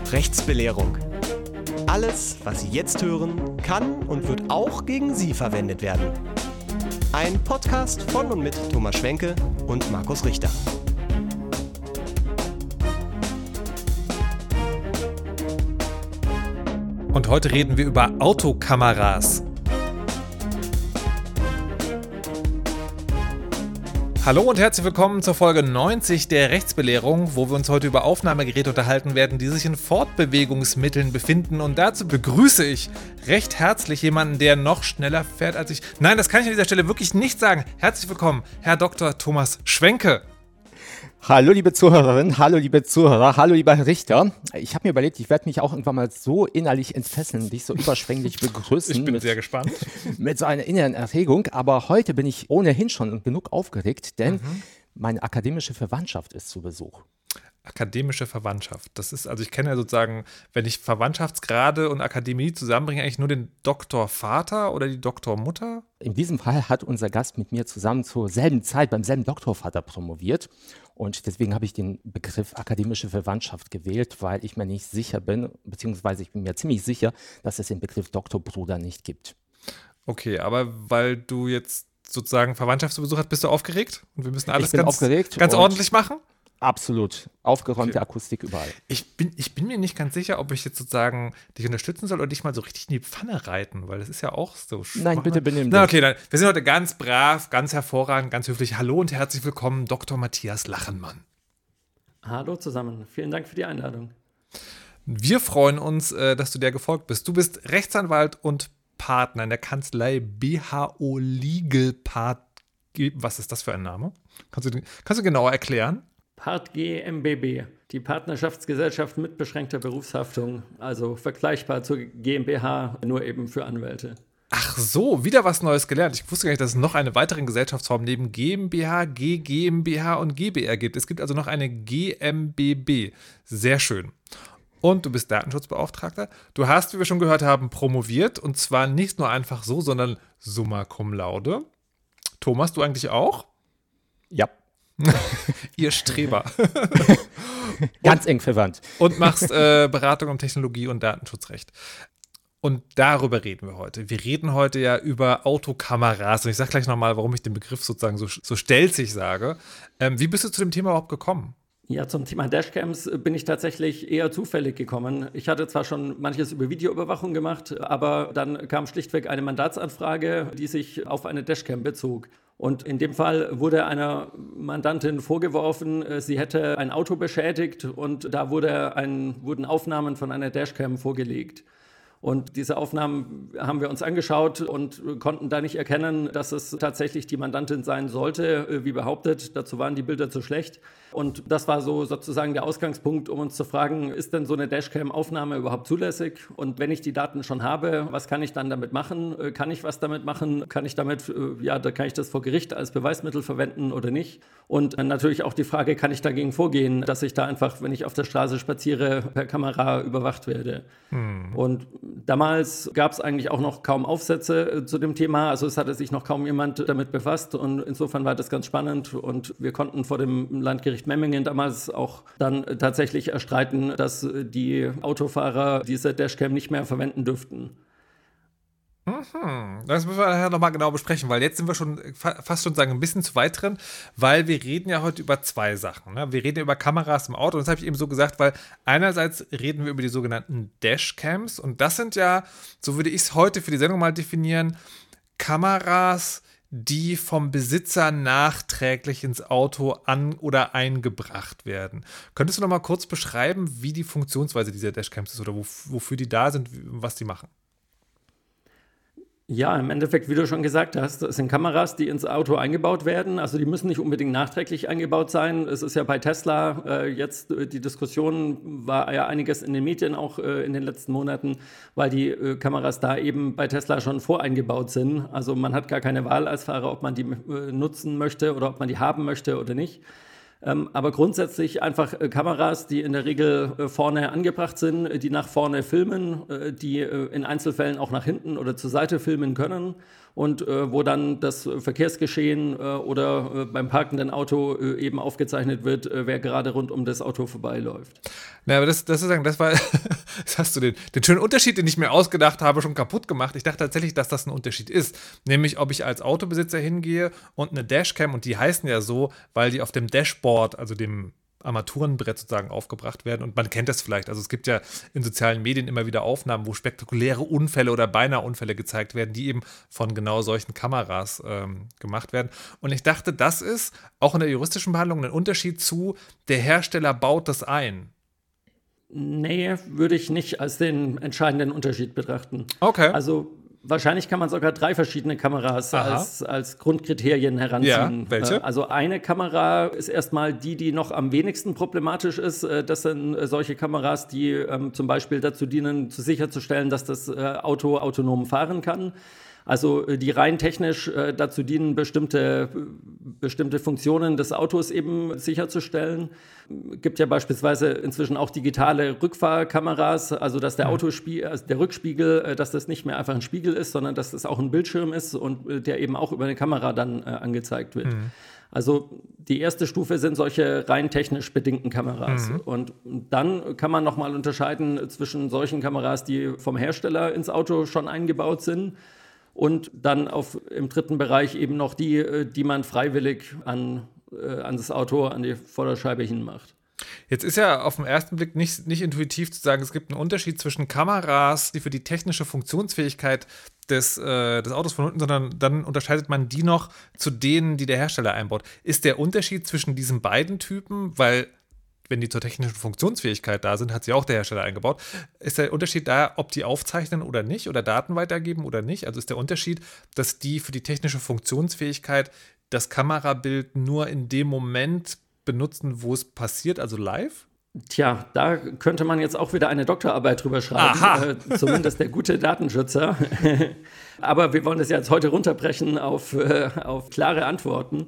Rechtsbelehrung. Alles, was Sie jetzt hören, kann und wird auch gegen Sie verwendet werden. Ein Podcast von und mit Thomas Schwenke und Markus Richter. Und heute reden wir über Autokameras. Hallo und herzlich willkommen zur Folge 90 der Rechtsbelehrung, wo wir uns heute über Aufnahmegeräte unterhalten werden, die sich in Fortbewegungsmitteln befinden. Und dazu begrüße ich recht herzlich jemanden, der noch schneller fährt als ich. Nein, das kann ich an dieser Stelle wirklich nicht sagen. Herzlich willkommen, Herr Dr. Thomas Schwenke. Hallo liebe Zuhörerinnen, hallo liebe Zuhörer, hallo lieber Herr Richter. Ich habe mir überlegt, ich werde mich auch irgendwann mal so innerlich entfesseln, dich so überschwänglich begrüßen. Ich bin sehr gespannt. Mit so einer inneren Erregung, aber heute bin ich ohnehin schon genug aufgeregt, denn meine akademische Verwandtschaft ist zu Besuch. Akademische Verwandtschaft. Das ist, also ich kenne ja sozusagen, wenn ich Verwandtschaftsgrade und Akademie zusammenbringe, eigentlich nur den Doktorvater oder die Doktormutter. In diesem Fall hat unser Gast mit mir zusammen zur selben Zeit beim selben Doktorvater promoviert. Und deswegen habe ich den Begriff akademische Verwandtschaft gewählt, weil ich mir nicht sicher bin, beziehungsweise ich bin mir ziemlich sicher, dass es den Begriff Doktorbruder nicht gibt. Okay, aber weil du jetzt sozusagen Verwandtschaftsbesuch hast, bist du aufgeregt? Und wir müssen alles ganz ordentlich machen? Absolut. Aufgeräumte Akustik überall. Ich bin mir nicht ganz sicher, ob ich jetzt sozusagen dich unterstützen soll oder dich mal so richtig in die Pfanne reiten, weil das ist ja auch so schwach. Nein, bitte benimm dich. Na, okay, dann. Wir sind heute ganz brav, ganz hervorragend, ganz höflich. Hallo und herzlich willkommen, Dr. Matthias Lachenmann. Hallo zusammen. Vielen Dank für die Einladung. Wir freuen uns, dass du der gefolgt bist. Du bist Rechtsanwalt und Partner in der Kanzlei BHO Legal Part. Was ist das für ein Name? Kannst du genauer erklären? Part G MBB, die Partnerschaftsgesellschaft mit beschränkter Berufshaftung, also vergleichbar zur GmbH, nur eben für Anwälte. Ach so, wieder was Neues gelernt. Ich wusste gar nicht, dass es noch eine weitere Gesellschaftsform neben GmbH, GmbH und GbR gibt. Es gibt also noch eine GmbB. Sehr schön. Und du bist Datenschutzbeauftragter. Du hast, wie wir schon gehört haben, promoviert. Und zwar nicht nur einfach so, sondern summa cum laude. Thomas, du eigentlich auch? Ja. Ihr Streber. Ganz eng verwandt. Und machst Beratung um Technologie und Datenschutzrecht. Und darüber reden wir heute. Wir reden heute ja über Autokameras. Und ich sage gleich nochmal, warum ich den Begriff sozusagen so stelzig sage. Wie bist du zu dem Thema überhaupt gekommen? Ja, zum Thema Dashcams bin ich tatsächlich eher zufällig gekommen. Ich hatte zwar schon manches über Videoüberwachung gemacht, aber dann kam schlichtweg eine Mandatsanfrage, die sich auf eine Dashcam bezog. Und in dem Fall wurde einer Mandantin vorgeworfen, sie hätte ein Auto beschädigt und da wurden Aufnahmen von einer Dashcam vorgelegt. Und diese Aufnahmen haben wir uns angeschaut und konnten da nicht erkennen, dass es tatsächlich die Mandantin sein sollte, wie behauptet. Dazu waren die Bilder zu schlecht. Und das war so sozusagen der Ausgangspunkt, um uns zu fragen, ist denn so eine Dashcam-Aufnahme überhaupt zulässig? Und wenn ich die Daten schon habe, was kann ich dann damit machen? Kann ich was damit machen? Kann ich das vor Gericht als Beweismittel verwenden oder nicht? Und natürlich auch die Frage, kann ich dagegen vorgehen, dass ich da einfach, wenn ich auf der Straße spaziere, per Kamera überwacht werde? Und damals gab es eigentlich auch noch kaum Aufsätze zu dem Thema, also es hatte sich noch kaum jemand damit befasst und insofern war das ganz spannend und wir konnten vor dem Landgericht Memmingen damals auch dann tatsächlich erstreiten, dass die Autofahrer diese Dashcam nicht mehr verwenden dürften. Das müssen wir nachher nochmal genau besprechen, weil jetzt sind wir schon fast schon sagen ein bisschen zu weit drin, weil wir reden ja heute über zwei Sachen. Ne? Wir reden ja über Kameras im Auto und das habe ich eben so gesagt, weil einerseits reden wir über die sogenannten Dashcams und das sind ja, so würde ich es heute für die Sendung mal definieren, Kameras, die vom Besitzer nachträglich ins Auto an- oder eingebracht werden. Könntest du noch mal kurz beschreiben, wie die Funktionsweise dieser Dashcams ist oder wofür die da sind, was die machen? Ja, im Endeffekt, wie du schon gesagt hast, das sind Kameras, die ins Auto eingebaut werden. Also die müssen nicht unbedingt nachträglich eingebaut sein. Es ist ja bei Tesla jetzt, die Diskussion war ja einiges in den Medien auch in den letzten Monaten, weil die Kameras da eben bei Tesla schon voreingebaut sind. Also man hat gar keine Wahl als Fahrer, ob man die nutzen möchte oder ob man die haben möchte oder nicht. Aber grundsätzlich einfach Kameras, die in der Regel vorne angebracht sind, die nach vorne filmen, die in Einzelfällen auch nach hinten oder zur Seite filmen können und wo dann das Verkehrsgeschehen oder beim parkenden Auto eben aufgezeichnet wird, wer gerade rund um das Auto vorbeiläuft. Na, aber das war, das hast du den schönen Unterschied, den ich mir ausgedacht habe, schon kaputt gemacht. Ich dachte tatsächlich, dass das ein Unterschied ist. Nämlich, ob ich als Autobesitzer hingehe und eine Dashcam, und die heißen ja so, weil die auf dem Dashboard, also dem Armaturenbrett sozusagen aufgebracht werden. Und man kennt das vielleicht. Also es gibt ja in sozialen Medien immer wieder Aufnahmen, wo spektakuläre Unfälle oder beinahe Unfälle gezeigt werden, die eben von genau solchen Kameras gemacht werden. Und ich dachte, das ist auch in der juristischen Behandlung ein Unterschied zu, der Hersteller baut das ein. Nee, würde ich nicht als den entscheidenden Unterschied betrachten. Okay. Also wahrscheinlich kann man sogar 3 verschiedene Kameras als Grundkriterien heranziehen. Ja, welche? Also eine Kamera ist erstmal die noch am wenigsten problematisch ist. Das sind solche Kameras, die zum Beispiel dazu dienen, sicherzustellen, dass das Auto autonom fahren kann. Also die rein technisch dazu dienen, bestimmte Funktionen des Autos eben sicherzustellen. Gibt ja beispielsweise inzwischen auch digitale Rückfahrkameras, also dass der der Rückspiegel, dass das nicht mehr einfach ein Spiegel ist, sondern dass das auch ein Bildschirm ist und der eben auch über eine Kamera dann angezeigt wird. Also die erste Stufe sind solche rein technisch bedingten Kameras. Und dann kann man nochmal unterscheiden zwischen solchen Kameras, die vom Hersteller ins Auto schon eingebaut sind, und dann im dritten Bereich eben noch die man freiwillig an das Auto, an die Vorderscheibe hinmacht. Jetzt ist ja auf den ersten Blick nicht intuitiv zu sagen, es gibt einen Unterschied zwischen Kameras, die für die technische Funktionsfähigkeit des Autos von unten, sondern dann unterscheidet man die noch zu denen, die der Hersteller einbaut. Ist der Unterschied zwischen diesen beiden Typen, weil wenn die zur technischen Funktionsfähigkeit da sind, hat sie auch der Hersteller eingebaut. Ist der Unterschied da, ob die aufzeichnen oder nicht oder Daten weitergeben oder nicht? Also ist der Unterschied, dass die für die technische Funktionsfähigkeit das Kamerabild nur in dem Moment benutzen, wo es passiert, also live? Tja, da könnte man jetzt auch wieder eine Doktorarbeit drüber schreiben, zumindest der gute Datenschützer. Aber wir wollen das ja jetzt heute runterbrechen auf klare Antworten.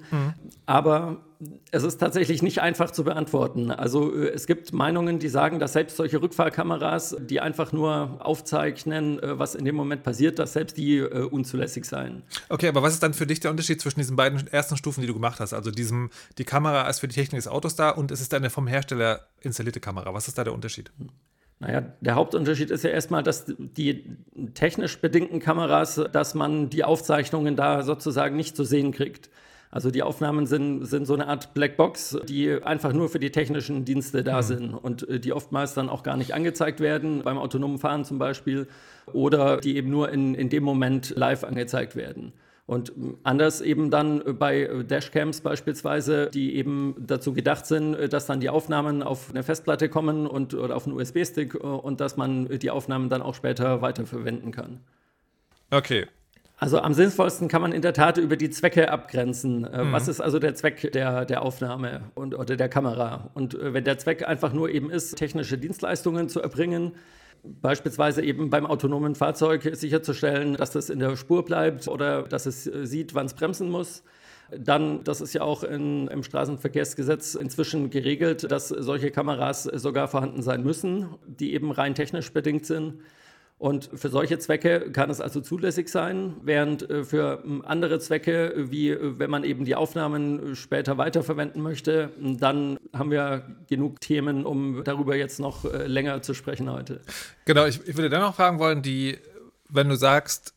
Aber es ist tatsächlich nicht einfach zu beantworten. Also es gibt Meinungen, die sagen, dass selbst solche Rückfahrkameras, die einfach nur aufzeichnen, was in dem Moment passiert, dass selbst die unzulässig seien. Okay, aber was ist dann für dich der Unterschied zwischen diesen beiden ersten Stufen, die du gemacht hast? Also die Kamera ist für die Technik des Autos da und es ist eine vom Hersteller installierte Kamera. Was ist da der Unterschied? Naja, der Hauptunterschied ist ja erstmal, dass die technisch bedingten Kameras, dass man die Aufzeichnungen da sozusagen nicht zu sehen kriegt. Also die Aufnahmen sind so eine Art Blackbox, die einfach nur für die technischen Dienste da sind und die oftmals dann auch gar nicht angezeigt werden, beim autonomen Fahren zum Beispiel, oder die eben nur in dem Moment live angezeigt werden. Und anders eben dann bei Dashcams beispielsweise, die eben dazu gedacht sind, dass dann die Aufnahmen auf eine Festplatte kommen oder auf einen USB-Stick und dass man die Aufnahmen dann auch später weiterverwenden kann. Okay. Also am sinnvollsten kann man in der Tat über die Zwecke abgrenzen. Was ist also der Zweck der Aufnahme oder der Kamera? Und wenn der Zweck einfach nur eben ist, technische Dienstleistungen zu erbringen, beispielsweise eben beim autonomen Fahrzeug sicherzustellen, dass das in der Spur bleibt oder dass es sieht, wann es bremsen muss, dann, das ist ja auch im Straßenverkehrsgesetz inzwischen geregelt, dass solche Kameras sogar vorhanden sein müssen, die eben rein technisch bedingt sind. Und für solche Zwecke kann es also zulässig sein, während für andere Zwecke, wie wenn man eben die Aufnahmen später weiterverwenden möchte, dann haben wir genug Themen, um darüber jetzt noch länger zu sprechen heute. Genau, ich würde dann noch fragen wollen, wenn du sagst,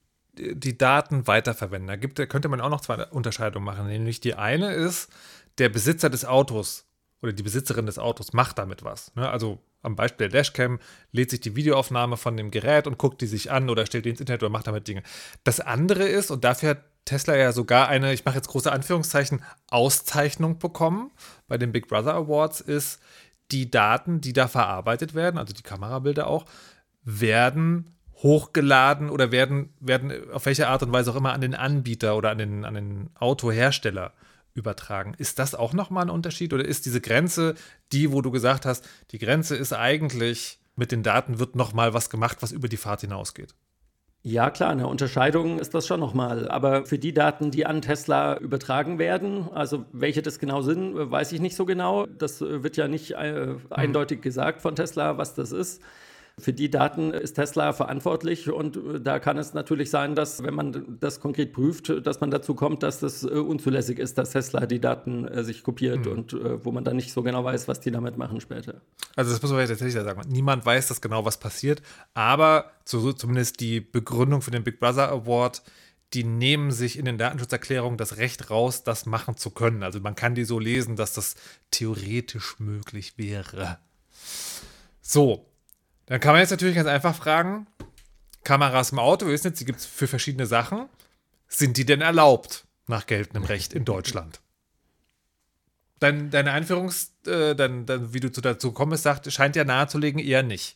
die Daten weiterverwenden, da könnte man auch noch 2 Unterscheidungen machen. Nämlich die eine ist, der Besitzer des Autos oder die Besitzerin des Autos macht damit was. Ne? Also am Beispiel der Dashcam lädt sich die Videoaufnahme von dem Gerät und guckt die sich an oder stellt die ins Internet oder macht damit Dinge. Das andere ist, und dafür hat Tesla ja sogar eine, ich mache jetzt große Anführungszeichen, Auszeichnung bekommen bei den Big Brother Awards, ist, die Daten, die da verarbeitet werden, also die Kamerabilder auch, werden hochgeladen oder werden auf welche Art und Weise auch immer an den Anbieter oder an den Autohersteller übertragen. Ist das auch nochmal ein Unterschied oder ist diese Grenze wo du gesagt hast, die Grenze ist eigentlich, mit den Daten wird nochmal was gemacht, was über die Fahrt hinausgeht? Ja, klar, eine Unterscheidung ist das schon nochmal. Aber für die Daten, die an Tesla übertragen werden, also welche das genau sind, weiß ich nicht so genau. Das wird ja nicht eindeutig gesagt von Tesla, was das ist. Für die Daten ist Tesla verantwortlich und da kann es natürlich sein, dass, wenn man das konkret prüft, dass man dazu kommt, dass das unzulässig ist, dass Tesla die Daten sich kopiert und wo man dann nicht so genau weiß, was die damit machen später. Also das muss man tatsächlich sagen. Niemand weiß das genau, was passiert, aber zumindest die Begründung für den Big Brother Award, die nehmen sich in den Datenschutzerklärungen das Recht raus, das machen zu können. Also man kann die so lesen, dass das theoretisch möglich wäre. So, dann kann man jetzt natürlich ganz einfach fragen, Kameras im Auto, wir wissen jetzt, die gibt es für verschiedene Sachen. Sind die denn erlaubt nach geltendem Recht in Deutschland? Deine wie du dazu kommst, scheint ja nahezulegen, eher nicht.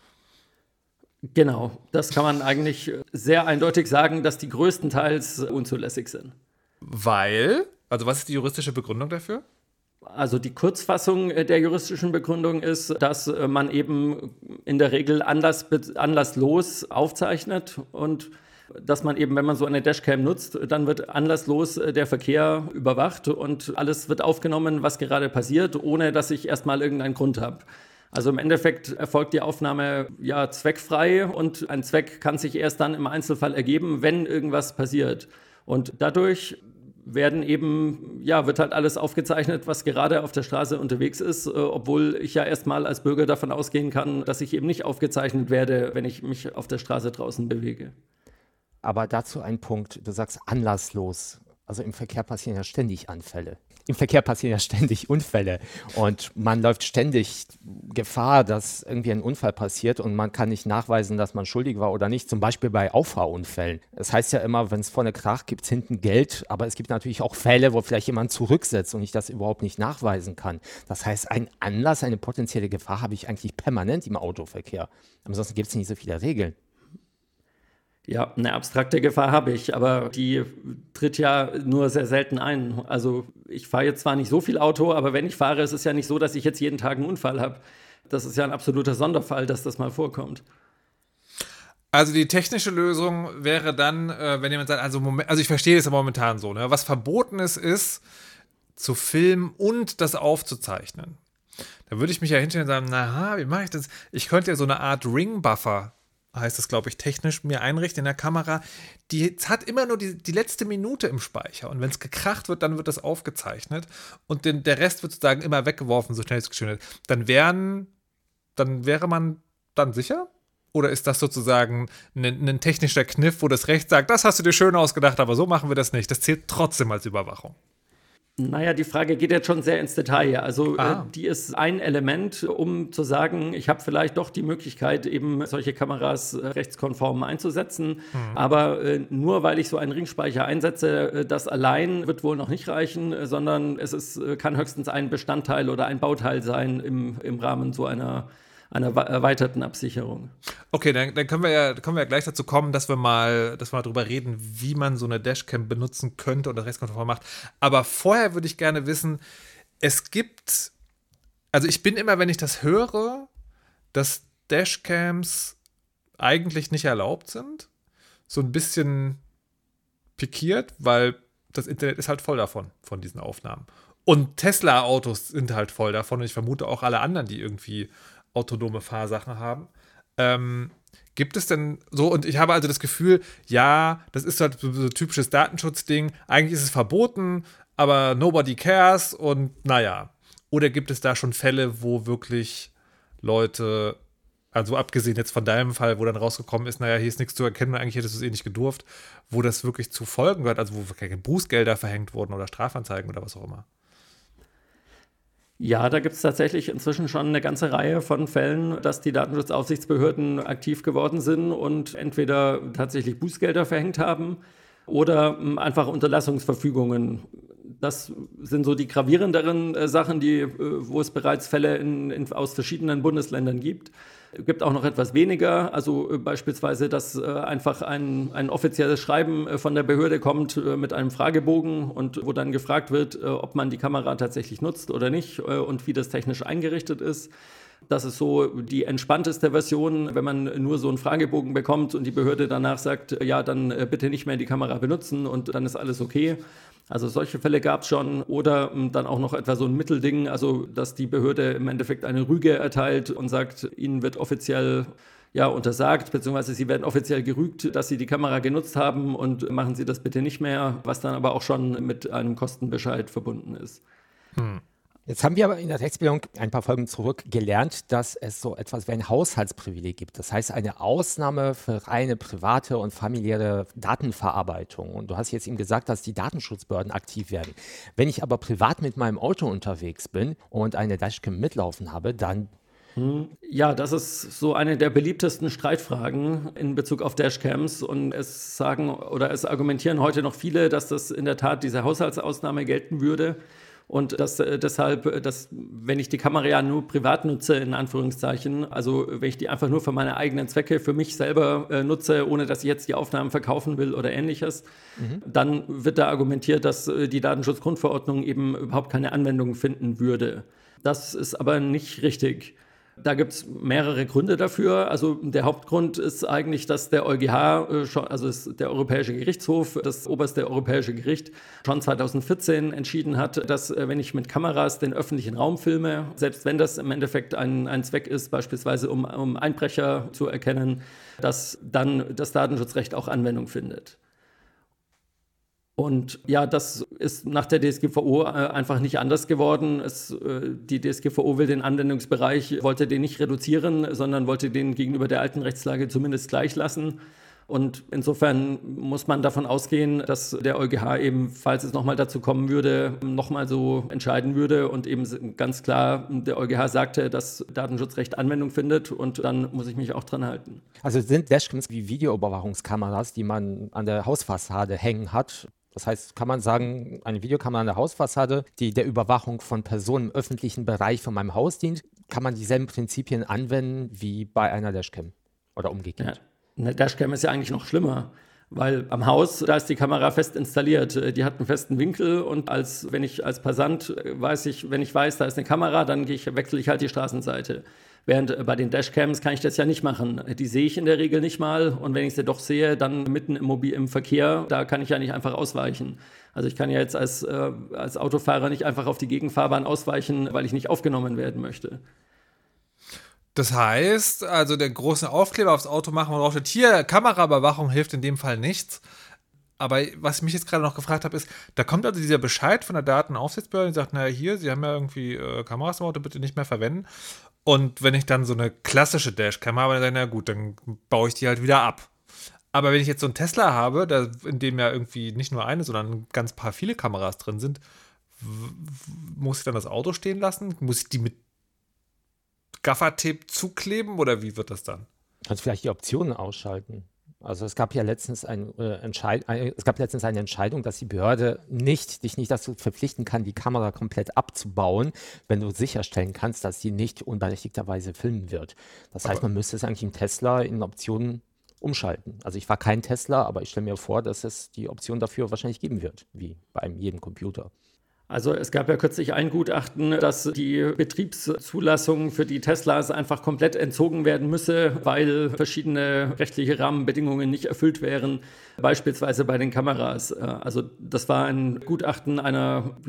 Genau, das kann man eigentlich sehr eindeutig sagen, dass die größtenteils unzulässig sind. Weil? Also was ist die juristische Begründung dafür? Also die Kurzfassung der juristischen Begründung ist, dass man eben in der Regel anlasslos aufzeichnet und dass man eben, wenn man so eine Dashcam nutzt, dann wird anlasslos der Verkehr überwacht und alles wird aufgenommen, was gerade passiert, ohne dass ich erstmal irgendeinen Grund habe. Also im Endeffekt erfolgt die Aufnahme ja zweckfrei und ein Zweck kann sich erst dann im Einzelfall ergeben, wenn irgendwas passiert. Und dadurch wird halt alles aufgezeichnet, was gerade auf der Straße unterwegs ist, obwohl ich ja erstmal als Bürger davon ausgehen kann, dass ich eben nicht aufgezeichnet werde, wenn ich mich auf der Straße draußen bewege. Aber dazu ein Punkt, du sagst anlasslos. Also im Verkehr passieren ja ständig Unfälle. Im Verkehr passieren ja ständig Unfälle und man läuft ständig Gefahr, dass irgendwie ein Unfall passiert und man kann nicht nachweisen, dass man schuldig war oder nicht, zum Beispiel bei Auffahrunfällen. Es heißt ja immer, wenn es vorne kracht, gibt es hinten Geld, aber es gibt natürlich auch Fälle, wo vielleicht jemand zurücksetzt und ich das überhaupt nicht nachweisen kann. Das heißt, ein Anlass, eine potenzielle Gefahr habe ich eigentlich permanent im Autoverkehr. Ansonsten gibt es nicht so viele Regeln. Ja, eine abstrakte Gefahr habe ich, aber die tritt ja nur sehr selten ein. Also ich fahre jetzt zwar nicht so viel Auto, aber wenn ich fahre, ist es ja nicht so, dass ich jetzt jeden Tag einen Unfall habe. Das ist ja ein absoluter Sonderfall, dass das mal vorkommt. Also die technische Lösung wäre dann, wenn jemand sagt, also ich verstehe es ja momentan so, ne? Was verboten ist, zu filmen und das aufzuzeichnen. Da würde ich mich ja hinstellen und sagen, wie mache ich das? Ich könnte ja so eine Art Ring-Buffer, heißt das, glaube ich, technisch mir einrichten in der Kamera. Die hat immer nur die letzte Minute im Speicher. Und wenn es gekracht wird, dann wird das aufgezeichnet. Und der Rest wird sozusagen immer weggeworfen, so schnell es geschehen wird. Dann wäre man dann sicher? Oder ist das sozusagen ein technischer Kniff, wo das Recht sagt, das hast du dir schön ausgedacht, aber so machen wir das nicht. Das zählt trotzdem als Überwachung. Naja, die Frage geht jetzt schon sehr ins Detail. Also die ist ein Element, um zu sagen, ich habe vielleicht doch die Möglichkeit, eben solche Kameras rechtskonform einzusetzen. Aber nur weil ich so einen Ringspeicher einsetze, das allein wird wohl noch nicht reichen, sondern kann höchstens ein Bestandteil oder ein Bauteil sein im Rahmen so einer erweiterten Absicherung. Okay, dann können wir ja gleich dazu kommen, dass wir mal drüber reden, wie man so eine Dashcam benutzen könnte und das rechtskonform macht. Aber vorher würde ich gerne wissen, ich bin immer, wenn ich das höre, dass Dashcams eigentlich nicht erlaubt sind, so ein bisschen pikiert, weil das Internet ist halt voll davon, von diesen Aufnahmen. Und Tesla-Autos sind halt voll davon und ich vermute auch alle anderen, die irgendwie autonome Fahrsachen haben. Gibt es denn so, und ich habe also das Gefühl, ja, das ist halt so ein typisches Datenschutzding, eigentlich ist es verboten, aber nobody cares und naja. Oder gibt es da schon Fälle, wo wirklich Leute, also abgesehen jetzt von deinem Fall, wo dann rausgekommen ist, naja, hier ist nichts zu erkennen, eigentlich hättest du es eh nicht gedurft, wo das wirklich zu Folgen gehört, also wo keine Bußgelder verhängt wurden oder Strafanzeigen oder was auch immer? Ja, da gibt es tatsächlich inzwischen schon eine ganze Reihe von Fällen, dass die Datenschutzaufsichtsbehörden aktiv geworden sind und entweder tatsächlich Bußgelder verhängt haben oder einfach Unterlassungsverfügungen. Das sind so die gravierenderen Sachen, wo es bereits Fälle aus verschiedenen Bundesländern gibt. Es gibt auch noch etwas weniger, also beispielsweise, dass einfach ein offizielles Schreiben von der Behörde kommt mit einem Fragebogen und wo dann gefragt wird, ob man die Kamera tatsächlich nutzt oder nicht und wie das technisch eingerichtet ist. Das ist so die entspannteste Version, wenn man nur so einen Fragebogen bekommt und die Behörde danach sagt, ja, dann bitte nicht mehr die Kamera benutzen und dann ist alles okay. Also solche Fälle gab es schon oder dann auch noch etwa so ein Mittelding, also dass die Behörde im Endeffekt eine Rüge erteilt und sagt, ihnen wird offiziell untersagt, beziehungsweise sie werden offiziell gerügt, dass sie die Kamera genutzt haben und machen sie das bitte nicht mehr, was dann aber auch schon mit einem Kostenbescheid verbunden ist. Jetzt haben wir aber in der Rechtsbildung ein paar Folgen zurück gelernt, dass es so etwas wie ein Haushaltsprivileg gibt. Das heißt, eine Ausnahme für reine private und familiäre Datenverarbeitung. Und du hast jetzt eben gesagt, dass die Datenschutzbehörden aktiv werden. Wenn ich aber privat mit meinem Auto unterwegs bin und eine Dashcam mitlaufen habe, dann... Ja, das ist so eine der beliebtesten Streitfragen in Bezug auf Dashcams und es argumentieren heute noch viele, dass das in der Tat diese Haushaltsausnahme gelten würde und dass deshalb, wenn ich die Kamera ja nur privat nutze, in Anführungszeichen, also wenn ich die einfach nur für meine eigenen Zwecke, für mich selber nutze, ohne dass ich jetzt die Aufnahmen verkaufen will oder ähnliches, dann wird da argumentiert, dass die Datenschutzgrundverordnung eben überhaupt keine Anwendung finden würde. Das ist aber nicht richtig. Da gibt es mehrere Gründe dafür. Also der Hauptgrund ist eigentlich, dass der EuGH, der Europäische Gerichtshof, das oberste europäische Gericht, schon 2014 entschieden hat, dass wenn ich mit Kameras den öffentlichen Raum filme, selbst wenn das im Endeffekt ein Zweck ist, beispielsweise um Einbrecher zu erkennen, dass dann das Datenschutzrecht auch Anwendung findet. Und ja, das ist nach der DSGVO einfach nicht anders geworden. Die DSGVO will den Anwendungsbereich, wollte den nicht reduzieren, sondern wollte den gegenüber der alten Rechtslage zumindest gleich lassen. Und insofern muss man davon ausgehen, dass der EuGH eben, falls es nochmal dazu kommen würde, nochmal so entscheiden würde und eben ganz klar der EuGH sagte, dass Datenschutzrecht Anwendung findet und dann muss ich mich auch dran halten. Also sind Dashcams wie Videoüberwachungskameras, die man an der Hausfassade hängen hat. Das heißt, kann man sagen, eine Videokamera an der Hausfassade, die der Überwachung von Personen im öffentlichen Bereich von meinem Haus dient, kann man dieselben Prinzipien anwenden wie bei einer Dashcam oder umgekehrt? Ja, eine Dashcam ist ja eigentlich noch schlimmer, weil am Haus, da ist die Kamera fest installiert, die hat einen festen Winkel und wenn ich als Passant wenn ich weiß, da ist eine Kamera, dann wechsle ich halt die Straßenseite. Während bei den Dashcams kann ich das ja nicht machen. Die sehe ich in der Regel nicht mal. Und wenn ich sie doch sehe, dann mitten im Verkehr, da kann ich ja nicht einfach ausweichen. Also ich kann ja jetzt als Autofahrer nicht einfach auf die Gegenfahrbahn ausweichen, weil ich nicht aufgenommen werden möchte. Das heißt, also der große Aufkleber aufs Auto machen und drauf steht, hier, Kameraüberwachung hilft in dem Fall nichts. Aber was ich mich jetzt gerade noch gefragt habe, ist, da kommt also dieser Bescheid von der Datenaufsichtsbehörde und sagt, naja, hier, Sie haben ja irgendwie Kameras im Auto, bitte nicht mehr verwenden. Und wenn ich dann so eine klassische Dashcam habe, dann sage ich, na gut, dann baue ich die halt wieder ab. Aber wenn ich jetzt so einen Tesla habe, in dem ja irgendwie nicht nur eine, sondern ein ganz paar viele Kameras drin sind, muss ich dann das Auto stehen lassen? Muss ich die mit Gaffertape zukleben oder wie wird das dann? Kannst vielleicht die Optionen ausschalten. Also es gab ja letztens eine Entscheidung, dass die Behörde dich nicht dazu verpflichten kann, die Kamera komplett abzubauen, wenn du sicherstellen kannst, dass sie nicht unberechtigterweise filmen wird. Das heißt, man müsste es eigentlich im Tesla in Optionen umschalten. Also ich fahre kein Tesla, aber ich stelle mir vor, dass es die Option dafür wahrscheinlich geben wird, wie bei jedem Computer. Also es gab ja kürzlich ein Gutachten, dass die Betriebszulassung für die Teslas einfach komplett entzogen werden müsse, weil verschiedene rechtliche Rahmenbedingungen nicht erfüllt wären, beispielsweise bei den Kameras. Also das war ein Gutachten einer,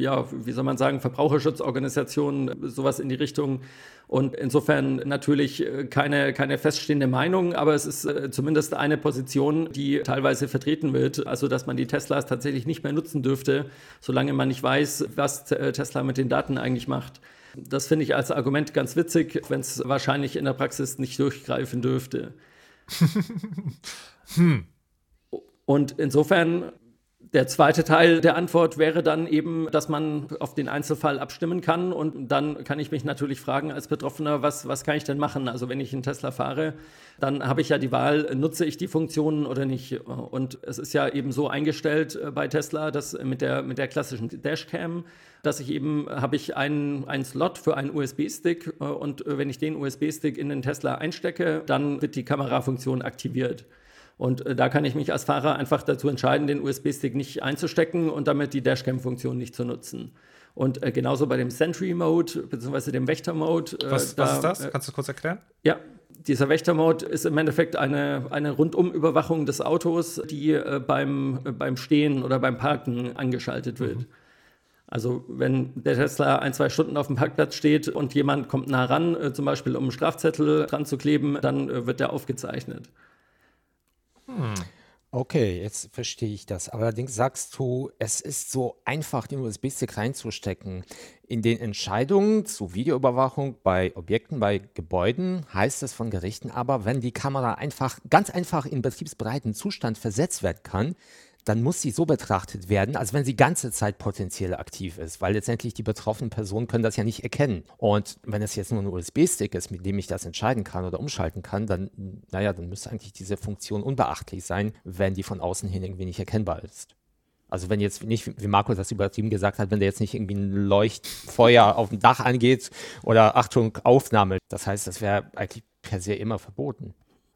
Verbraucherschutzorganisation, sowas in die Richtung. Und insofern natürlich keine feststehende Meinung, aber es ist zumindest eine Position, die teilweise vertreten wird, also dass man die Teslas tatsächlich nicht mehr nutzen dürfte, solange man nicht weiß, was Tesla mit den Daten eigentlich macht. Das finde ich als Argument ganz witzig, wenn es wahrscheinlich in der Praxis nicht durchgreifen dürfte. Und insofern, der zweite Teil der Antwort wäre dann eben, dass man auf den Einzelfall abstimmen kann und dann kann ich mich natürlich fragen als Betroffener, was kann ich denn machen? Also wenn ich einen Tesla fahre, dann habe ich ja die Wahl, nutze ich die Funktionen oder nicht? Und es ist ja eben so eingestellt bei Tesla, dass mit der klassischen Dashcam, dass habe ich einen Slot für einen USB-Stick und wenn ich den USB-Stick in den Tesla einstecke, dann wird die Kamerafunktion aktiviert. Und da kann ich mich als Fahrer einfach dazu entscheiden, den USB-Stick nicht einzustecken und damit die Dashcam-Funktion nicht zu nutzen. Und genauso bei dem Sentry-Mode bzw. dem Wächter-Mode. Was ist das? Kannst du kurz erklären? Ja, Dieser Wächtermode ist im Endeffekt eine Rundumüberwachung des Autos, die beim Stehen oder beim Parken angeschaltet wird. Also wenn der Tesla 1-2 Stunden auf dem Parkplatz steht und jemand kommt nah ran, zum Beispiel um einen Strafzettel dran zu kleben, dann wird der aufgezeichnet. Okay, jetzt verstehe ich das. Allerdings sagst du, es ist so einfach, den USB-Stick reinzustecken. In den Entscheidungen zu Videoüberwachung bei Objekten, bei Gebäuden heißt es von Gerichten aber, wenn die Kamera ganz einfach in betriebsbereiten Zustand versetzt werden kann, dann muss sie so betrachtet werden, als wenn sie ganze Zeit potenziell aktiv ist, weil letztendlich die betroffenen Personen können das ja nicht erkennen. Und wenn es jetzt nur ein USB-Stick ist, mit dem ich das entscheiden kann oder umschalten kann, dann müsste eigentlich diese Funktion unbeachtlich sein, wenn die von außen hin irgendwie nicht erkennbar ist. Also wenn jetzt nicht, wie Marco das übertrieben gesagt hat, wenn da jetzt nicht irgendwie ein Leuchtfeuer auf dem Dach angeht oder Achtung, Aufnahme. Das heißt, das wäre eigentlich per se immer verboten.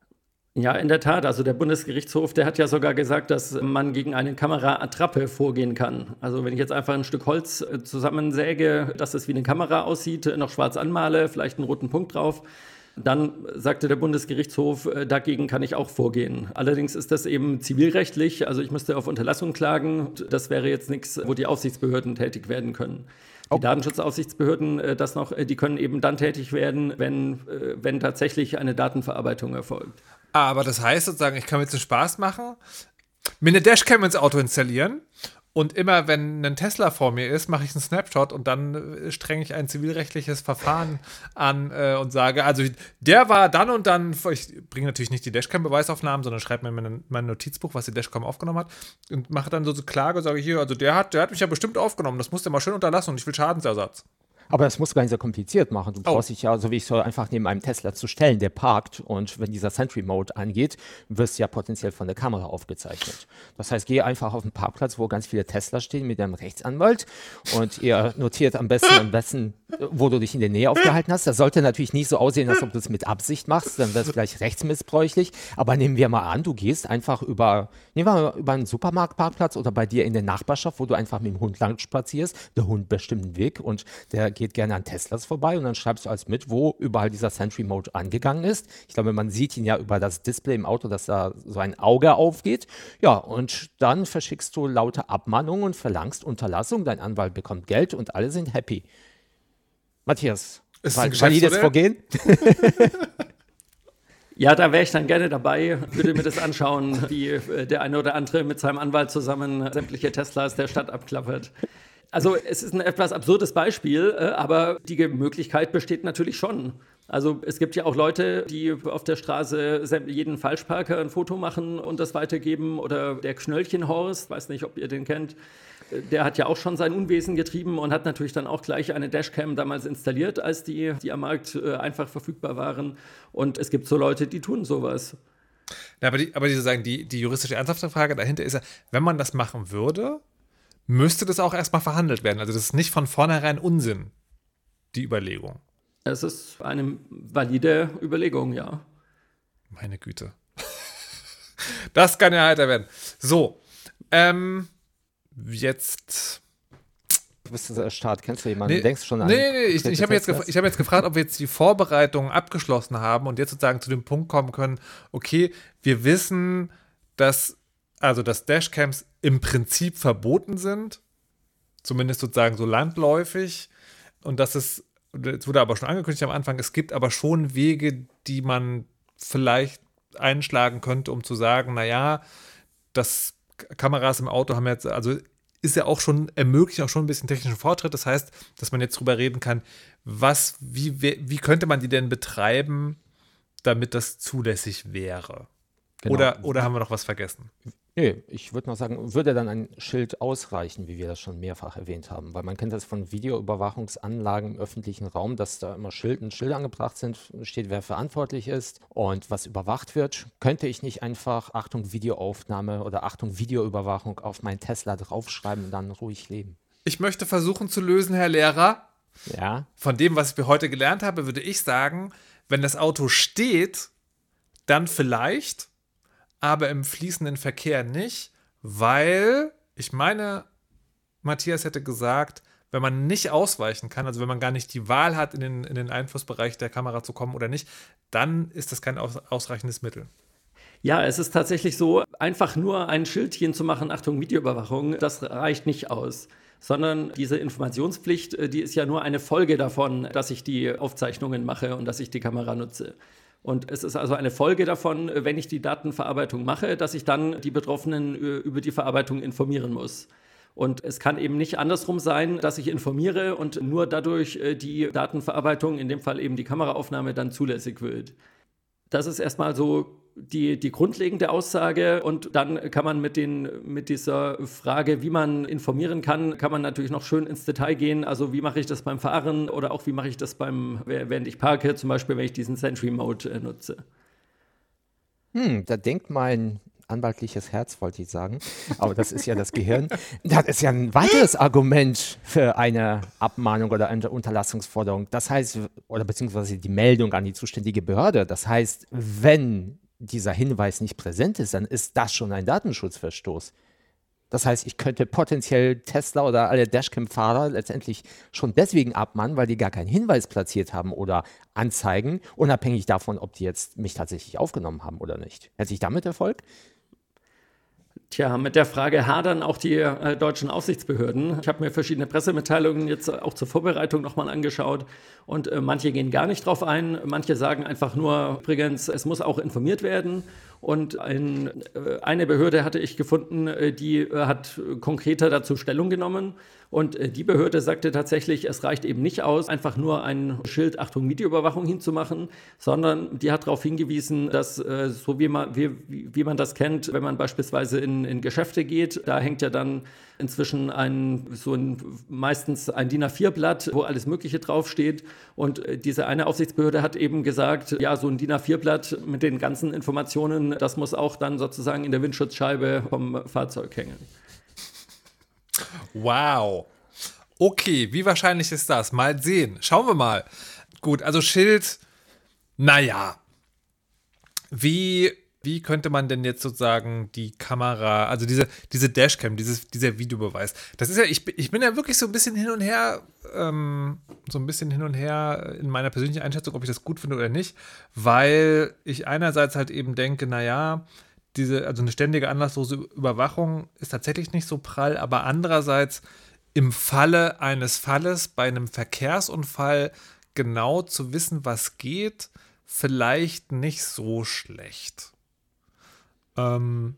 Ja, in der Tat. Also der Bundesgerichtshof, der hat ja sogar gesagt, dass man gegen eine Kameraattrappe vorgehen kann. Also wenn ich jetzt einfach ein Stück Holz zusammensäge, dass es wie eine Kamera aussieht, noch schwarz anmale, vielleicht einen roten Punkt drauf, dann sagte der Bundesgerichtshof, dagegen kann ich auch vorgehen. Allerdings ist das eben zivilrechtlich, also ich müsste auf Unterlassung klagen. Das wäre jetzt nichts, wo die Aufsichtsbehörden tätig werden können. Die Datenschutzaufsichtsbehörden, die können eben dann tätig werden, wenn tatsächlich eine Datenverarbeitung erfolgt. Aber das heißt sozusagen, ich kann mir jetzt einen Spaß machen, mir eine Dashcam ins Auto installieren und immer, wenn ein Tesla vor mir ist, mache ich einen Snapshot und dann strenge ich ein zivilrechtliches Verfahren an und sage, also der war dann und dann, ich bringe natürlich nicht die Dashcam-Beweisaufnahmen, sondern schreibe mir in mein Notizbuch, was die Dashcam aufgenommen hat und mache dann so Klage und sage, hier, also der hat mich ja bestimmt aufgenommen, das muss der mal schön unterlassen und ich will Schadensersatz. Aber das musst du gar nicht so kompliziert machen. Du brauchst dich ja, so wie ich so, einfach neben einem Tesla zu stellen, der parkt. Und wenn dieser Sentry Mode angeht, wirst du ja potenziell von der Kamera aufgezeichnet. Das heißt, geh einfach auf einen Parkplatz, wo ganz viele Tesla stehen mit einem Rechtsanwalt. Und ihr notiert am besten, wo du dich in der Nähe aufgehalten hast. Das sollte natürlich nicht so aussehen, als ob du es mit Absicht machst. Dann wäre es vielleicht rechtsmissbräuchlich. Aber nehmen wir mal an, du gehst einfach über einen Supermarktparkplatz oder bei dir in der Nachbarschaft, wo du einfach mit dem Hund lang spazierst. Der Hund bestimmt einen Weg und der geht gerne an Teslas vorbei und dann schreibst du alles mit, wo überall dieser Sentry Mode angegangen ist. Ich glaube, man sieht ihn ja über das Display im Auto, dass da so ein Auge aufgeht. Ja, und dann verschickst du laute Abmahnungen und verlangst Unterlassung. Dein Anwalt bekommt Geld und alle sind happy. Matthias, valides Vorgehen? Ja, da wäre ich dann gerne dabei, würde mir das anschauen, wie der eine oder andere mit seinem Anwalt zusammen sämtliche Teslas der Stadt abklappert. Also es ist ein etwas absurdes Beispiel, aber die Möglichkeit besteht natürlich schon. Also es gibt ja auch Leute, die auf der Straße jeden Falschparker ein Foto machen und das weitergeben. Oder der Knöllchenhorst, weiß nicht, ob ihr den kennt, der hat ja auch schon sein Unwesen getrieben und hat natürlich dann auch gleich eine Dashcam damals installiert, als die am Markt einfach verfügbar waren. Und es gibt so Leute, die tun sowas. Ja, aber die juristische ernsthafte Frage dahinter ist ja, wenn man das machen würde, müsste das auch erstmal verhandelt werden. Also das ist nicht von vornherein Unsinn, die Überlegung. Es ist eine valide Überlegung, ja. Meine Güte. Das kann ja heiter werden. So, jetzt... Du bist der Start, kennst du jemanden? Denkst du schon an? Nee, ich habe jetzt gefragt, ob wir jetzt die Vorbereitungen abgeschlossen haben und jetzt sozusagen zu dem Punkt kommen können, okay, wir wissen, dass Dashcams im Prinzip verboten sind, zumindest sozusagen so landläufig. Und das wurde aber schon angekündigt am Anfang, es gibt aber schon Wege, die man vielleicht einschlagen könnte, um zu sagen, naja, das Kameras im Auto haben jetzt, also ist ja auch schon, ermöglicht auch schon ein bisschen technischen Fortschritt. Das heißt, dass man jetzt drüber reden kann, wie könnte man die denn betreiben, damit das zulässig wäre? Genau. Oder haben wir noch was vergessen? Nee, ich würde noch sagen, würde dann ein Schild ausreichen, wie wir das schon mehrfach erwähnt haben, weil man kennt das von Videoüberwachungsanlagen im öffentlichen Raum, dass da immer Schilder angebracht sind, steht, wer verantwortlich ist und was überwacht wird. Könnte ich nicht einfach Achtung Videoaufnahme oder Achtung Videoüberwachung auf meinen Tesla draufschreiben und dann ruhig leben? Ich möchte versuchen zu lösen, Herr Lehrer. Ja. Von dem, was ich heute gelernt habe, würde ich sagen, wenn das Auto steht, dann vielleicht, aber im fließenden Verkehr nicht, weil, ich meine, Matthias hätte gesagt, wenn man nicht ausweichen kann, also wenn man gar nicht die Wahl hat, in den Einflussbereich der Kamera zu kommen oder nicht, dann ist das kein ausreichendes Mittel. Ja, es ist tatsächlich so, einfach nur ein Schildchen zu machen, Achtung, Videoüberwachung, das reicht nicht aus. Sondern diese Informationspflicht, die ist ja nur eine Folge davon, dass ich die Aufzeichnungen mache und dass ich die Kamera nutze. Und es ist also eine Folge davon, wenn ich die Datenverarbeitung mache, dass ich dann die Betroffenen über die Verarbeitung informieren muss. Und es kann eben nicht andersrum sein, dass ich informiere und nur dadurch die Datenverarbeitung, in dem Fall eben die Kameraaufnahme, dann zulässig wird. Das ist erstmal so die grundlegende Aussage, und dann kann man mit dieser Frage, wie man informieren kann man natürlich noch schön ins Detail gehen. Also wie mache ich das beim Fahren oder auch wie mache ich das während ich parke, zum Beispiel, wenn ich diesen Sentry Mode nutze. Da denkt mein anwaltliches Herz, wollte ich sagen, aber das ist ja das Gehirn. Das ist ja ein weiteres Argument für eine Abmahnung oder eine Unterlassungsforderung. Das heißt, oder beziehungsweise die Meldung an die zuständige Behörde. Das heißt, wenn dieser Hinweis nicht präsent ist, dann ist das schon ein Datenschutzverstoß. Das heißt, ich könnte potenziell Tesla oder alle Dashcam-Fahrer letztendlich schon deswegen abmahnen, weil die gar keinen Hinweis platziert haben oder anzeigen, unabhängig davon, ob die jetzt mich tatsächlich aufgenommen haben oder nicht. Hätte ich damit Erfolg? Tja, mit der Frage hadern auch die deutschen Aufsichtsbehörden. Ich habe mir verschiedene Pressemitteilungen jetzt auch zur Vorbereitung nochmal angeschaut, und manche gehen gar nicht drauf ein. Manche sagen einfach nur, übrigens, es muss auch informiert werden. Und eine Behörde hatte ich gefunden, die hat konkreter dazu Stellung genommen. Und die Behörde sagte tatsächlich, es reicht eben nicht aus, einfach nur ein Schild Achtung Videoüberwachung hinzumachen, sondern die hat darauf hingewiesen, dass so wie man das kennt, wenn man beispielsweise in Geschäfte geht, da hängt ja dann inzwischen meistens ein DIN A4-Blatt, wo alles Mögliche draufsteht. Und diese eine Aufsichtsbehörde hat eben gesagt, ja, so ein DIN A4-Blatt mit den ganzen Informationen, das muss auch dann sozusagen in der Windschutzscheibe vom Fahrzeug hängen. Wow. Okay, wie wahrscheinlich ist das? Mal sehen. Schauen wir mal. Gut, also Schild, naja. Wie könnte man denn jetzt sozusagen die Kamera, also diese Dashcam, dieser Videobeweis, das ist ja, ich bin ja wirklich so ein bisschen hin und her in meiner persönlichen Einschätzung, ob ich das gut finde oder nicht, weil ich einerseits halt eben denke, naja, also eine ständige anlasslose Überwachung ist tatsächlich nicht so prall, aber andererseits im Falle eines Falles, bei einem Verkehrsunfall genau zu wissen, was geht, vielleicht nicht so schlecht. Du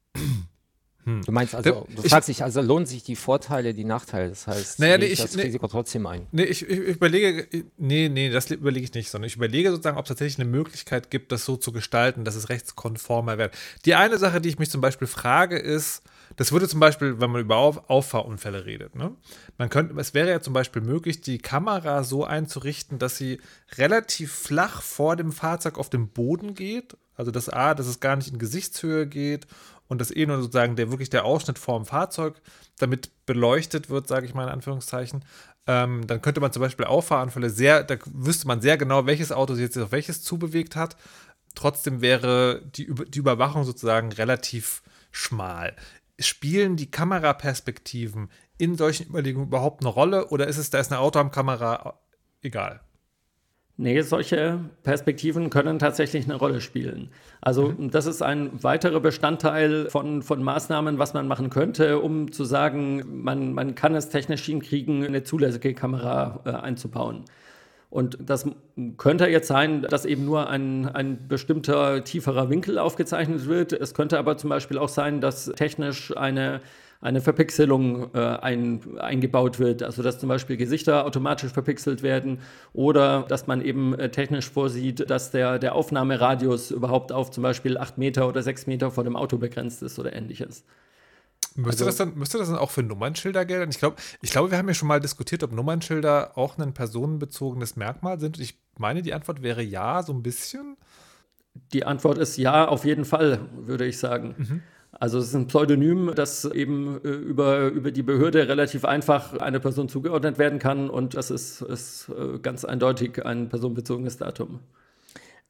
meinst also, fragst dich also, lohnen sich die Vorteile, die Nachteile? Das heißt, das Risiko trotzdem ein? Ich überlege, das überlege ich nicht, sondern ich überlege sozusagen, ob es tatsächlich eine Möglichkeit gibt, das so zu gestalten, dass es rechtskonformer wird. Die eine Sache, die ich mich zum Beispiel frage, ist, das würde zum Beispiel, wenn man über Auffahrunfälle redet, ne? Es wäre ja zum Beispiel möglich, die Kamera so einzurichten, dass sie relativ flach vor dem Fahrzeug auf dem Boden geht. Also dass es gar nicht in Gesichtshöhe geht und dass nur sozusagen der Ausschnitt vorm Fahrzeug damit beleuchtet wird, sage ich mal in Anführungszeichen. Dann könnte man zum Beispiel Auffahrunfälle da wüsste man sehr genau, welches Auto sich jetzt auf welches zubewegt hat. Trotzdem wäre die Überwachung sozusagen relativ schmal. Spielen die Kameraperspektiven in solchen Überlegungen überhaupt eine Rolle, oder da ist eine Autoarmkamera Egal. Nee, solche Perspektiven können tatsächlich eine Rolle spielen. Also das ist ein weiterer Bestandteil von Maßnahmen, was man machen könnte, um zu sagen, man kann es technisch hinkriegen, eine zulässige Kamera einzubauen. Und das könnte jetzt sein, dass eben nur ein bestimmter tieferer Winkel aufgezeichnet wird. Es könnte aber zum Beispiel auch sein, dass technisch eine Verpixelung eingebaut wird, also dass zum Beispiel Gesichter automatisch verpixelt werden oder dass man eben technisch vorsieht, dass der Aufnahmeradius überhaupt auf zum Beispiel 8 Meter oder 6 Meter vor dem Auto begrenzt ist oder ähnliches. Müsste das dann auch für Nummernschilder gelten? Ich glaube, wir haben ja schon mal diskutiert, ob Nummernschilder auch ein personenbezogenes Merkmal sind. Ich meine, die Antwort wäre ja, so ein bisschen. Die Antwort ist ja, auf jeden Fall, würde ich sagen. Mhm. Also es ist ein Pseudonym, das eben über die Behörde relativ einfach einer Person zugeordnet werden kann und das ist ganz eindeutig ein personenbezogenes Datum.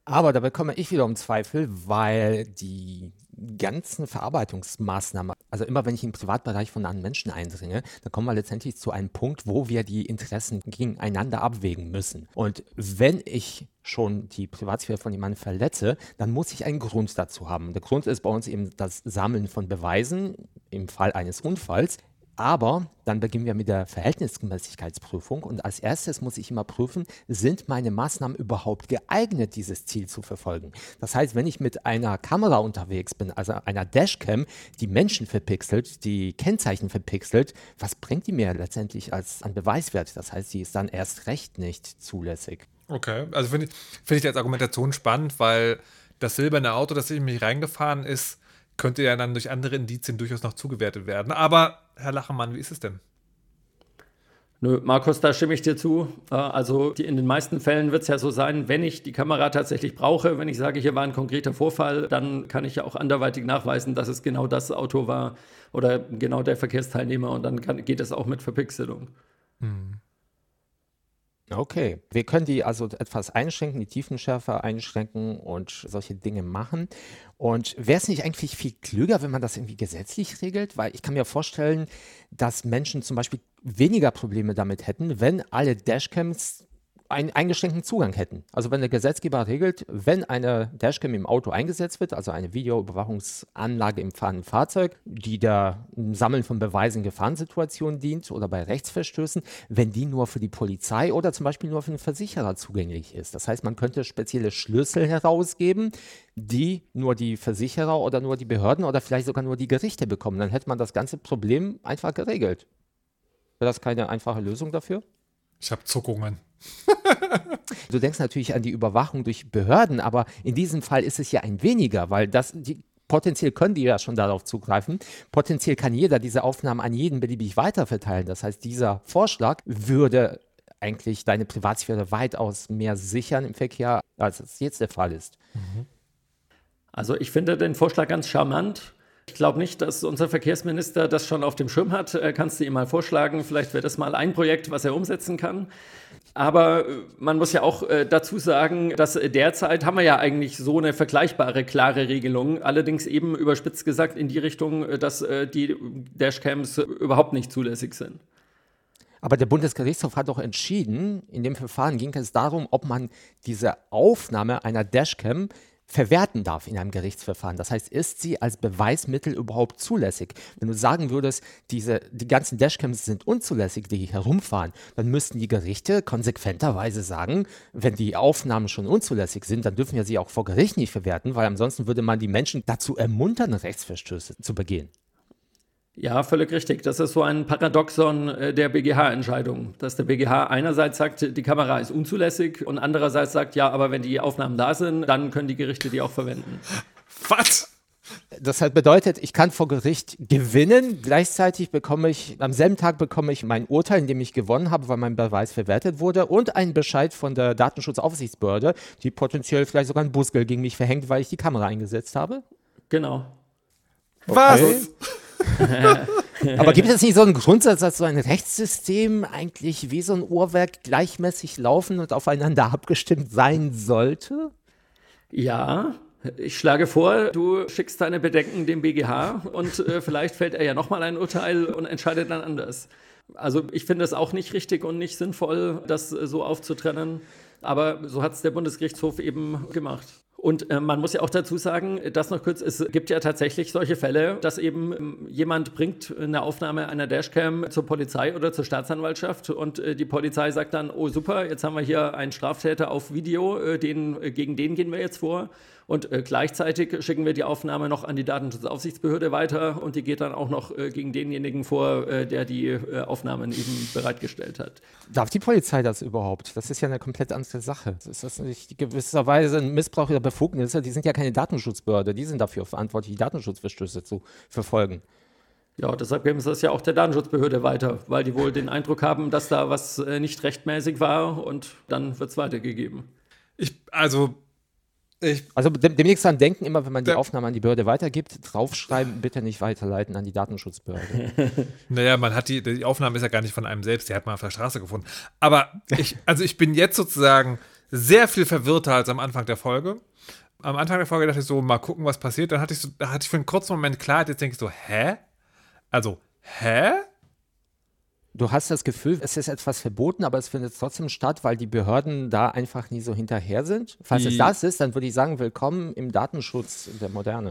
Aber da bekomme ich wiederum Zweifel, weil die ganzen Verarbeitungsmaßnahmen, also immer wenn ich in den Privatbereich von anderen Menschen eindringe, dann kommen wir letztendlich zu einem Punkt, wo wir die Interessen gegeneinander abwägen müssen. Und wenn ich schon die Privatsphäre von jemandem verletze, dann muss ich einen Grund dazu haben. Der Grund ist bei uns eben das Sammeln von Beweisen im Fall eines Unfalls. Aber dann beginnen wir mit der Verhältnismäßigkeitsprüfung und als erstes muss ich immer prüfen, sind meine Maßnahmen überhaupt geeignet, dieses Ziel zu verfolgen. Das heißt, wenn ich mit einer Kamera unterwegs bin, also einer Dashcam, die Menschen verpixelt, die Kennzeichen verpixelt, was bringt die mir letztendlich an Beweiswert? Das heißt, die ist dann erst recht nicht zulässig. Okay, also finde ich als Argumentation spannend, weil das silberne Auto, das in mich reingefahren ist, könnte ja dann durch andere Indizien durchaus noch zugewertet werden. Aber, Herr Lachemann, wie ist es denn? Nö, Markus, da stimme ich dir zu. Also in den meisten Fällen wird es ja so sein, wenn ich die Kamera tatsächlich brauche, wenn ich sage, hier war ein konkreter Vorfall, dann kann ich ja auch anderweitig nachweisen, dass es genau das Auto war oder genau der Verkehrsteilnehmer und dann geht es auch mit Verpixelung. Okay, wir können die also etwas einschränken, die Tiefenschärfe einschränken und solche Dinge machen. Und wäre es nicht eigentlich viel klüger, wenn man das irgendwie gesetzlich regelt? Weil ich kann mir vorstellen, dass Menschen zum Beispiel weniger Probleme damit hätten, wenn alle Dashcams einen eingeschränkten Zugang hätten. Also wenn der Gesetzgeber regelt, wenn eine Dashcam im Auto eingesetzt wird, also eine Videoüberwachungsanlage im fahrenden Fahrzeug, die der Sammeln von Beweisen in Gefahrensituationen dient oder bei Rechtsverstößen, wenn die nur für die Polizei oder zum Beispiel nur für den Versicherer zugänglich ist. Das heißt, man könnte spezielle Schlüssel herausgeben, die nur die Versicherer oder nur die Behörden oder vielleicht sogar nur die Gerichte bekommen. Dann hätte man das ganze Problem einfach geregelt. Wäre das keine einfache Lösung dafür? Ich habe Zuckungen. Du denkst natürlich an die Überwachung durch Behörden, aber in diesem Fall ist es ja ein weniger, weil potenziell können die ja schon darauf zugreifen. Potenziell kann jeder diese Aufnahmen an jeden beliebig weiterverteilen. Das heißt, dieser Vorschlag würde eigentlich deine Privatsphäre weitaus mehr sichern im Verkehr, als es jetzt der Fall ist. Also ich finde den Vorschlag ganz charmant. Ich glaube nicht, dass unser Verkehrsminister das schon auf dem Schirm hat. Kannst du ihm mal vorschlagen, vielleicht wäre das mal ein Projekt, was er umsetzen kann. Aber man muss ja auch dazu sagen, dass derzeit haben wir ja eigentlich so eine vergleichbare, klare Regelung. Allerdings eben überspitzt gesagt in die Richtung, dass die Dashcams überhaupt nicht zulässig sind. Aber der Bundesgerichtshof hat doch entschieden, in dem Verfahren ging es darum, ob man diese Aufnahme einer Dashcam verwerten darf in einem Gerichtsverfahren. Das heißt, ist sie als Beweismittel überhaupt zulässig? Wenn du sagen würdest, die ganzen Dashcams sind unzulässig, die hier herumfahren, dann müssten die Gerichte konsequenterweise sagen, wenn die Aufnahmen schon unzulässig sind, dann dürfen wir sie auch vor Gericht nicht verwerten, weil ansonsten würde man die Menschen dazu ermuntern, Rechtsverstöße zu begehen. Ja, völlig richtig. Das ist so ein Paradoxon der BGH-Entscheidung, dass der BGH einerseits sagt, die Kamera ist unzulässig und andererseits sagt, ja, aber wenn die Aufnahmen da sind, dann können die Gerichte die auch verwenden. Was? Das halt bedeutet, ich kann vor Gericht gewinnen, gleichzeitig am selben Tag bekomme ich mein Urteil, in dem ich gewonnen habe, weil mein Beweis verwertet wurde und einen Bescheid von der Datenschutzaufsichtsbehörde, die potenziell vielleicht sogar ein Bußgeld gegen mich verhängt, weil ich die Kamera eingesetzt habe. Genau. Was? Okay. Aber gibt es nicht so einen Grundsatz, dass so ein Rechtssystem eigentlich wie so ein Uhrwerk gleichmäßig laufen und aufeinander abgestimmt sein sollte? Ja, ich schlage vor, du schickst deine Bedenken dem BGH und vielleicht fällt er ja nochmal ein Urteil und entscheidet dann anders. Also ich finde es auch nicht richtig und nicht sinnvoll, das so aufzutrennen. Aber so hat es der Bundesgerichtshof eben gemacht. Und man muss ja auch dazu sagen, dass noch kurz, es gibt ja tatsächlich solche Fälle, dass eben jemand bringt eine Aufnahme einer Dashcam zur Polizei oder zur Staatsanwaltschaft und die Polizei sagt dann, oh super, jetzt haben wir hier einen Straftäter auf Video, gegen den gehen wir jetzt vor. Und gleichzeitig schicken wir die Aufnahme noch an die Datenschutzaufsichtsbehörde weiter und die geht dann auch noch gegen denjenigen vor, der die Aufnahmen eben bereitgestellt hat. Darf die Polizei das überhaupt? Das ist ja eine komplett andere Sache. Ist das nicht gewisserweise ein Missbrauch ihrer Befugnisse? Die sind ja keine Datenschutzbehörde, die sind dafür verantwortlich, die Datenschutzverstöße zu verfolgen. Ja, deshalb geben sie das ja auch der Datenschutzbehörde weiter, weil die wohl den Eindruck haben, dass da was nicht rechtmäßig war und dann wird es weitergegeben. Also demnächst dran denken, immer wenn man die Aufnahme an die Behörde weitergibt, draufschreiben, bitte nicht weiterleiten an die Datenschutzbehörde. Naja, man hat die Aufnahme ist ja gar nicht von einem selbst, die hat man auf der Straße gefunden. Aber ich bin jetzt sozusagen sehr viel verwirrter als am Anfang der Folge. Am Anfang der Folge dachte ich so, mal gucken, was passiert. Dann hatte ich für einen kurzen Moment Klarheit. Jetzt denke ich so, hä? Also, hä? Du hast das Gefühl, es ist etwas verboten, aber es findet trotzdem statt, weil die Behörden da einfach nie so hinterher sind. Falls es das ist, dann würde ich sagen, willkommen im Datenschutz der Moderne.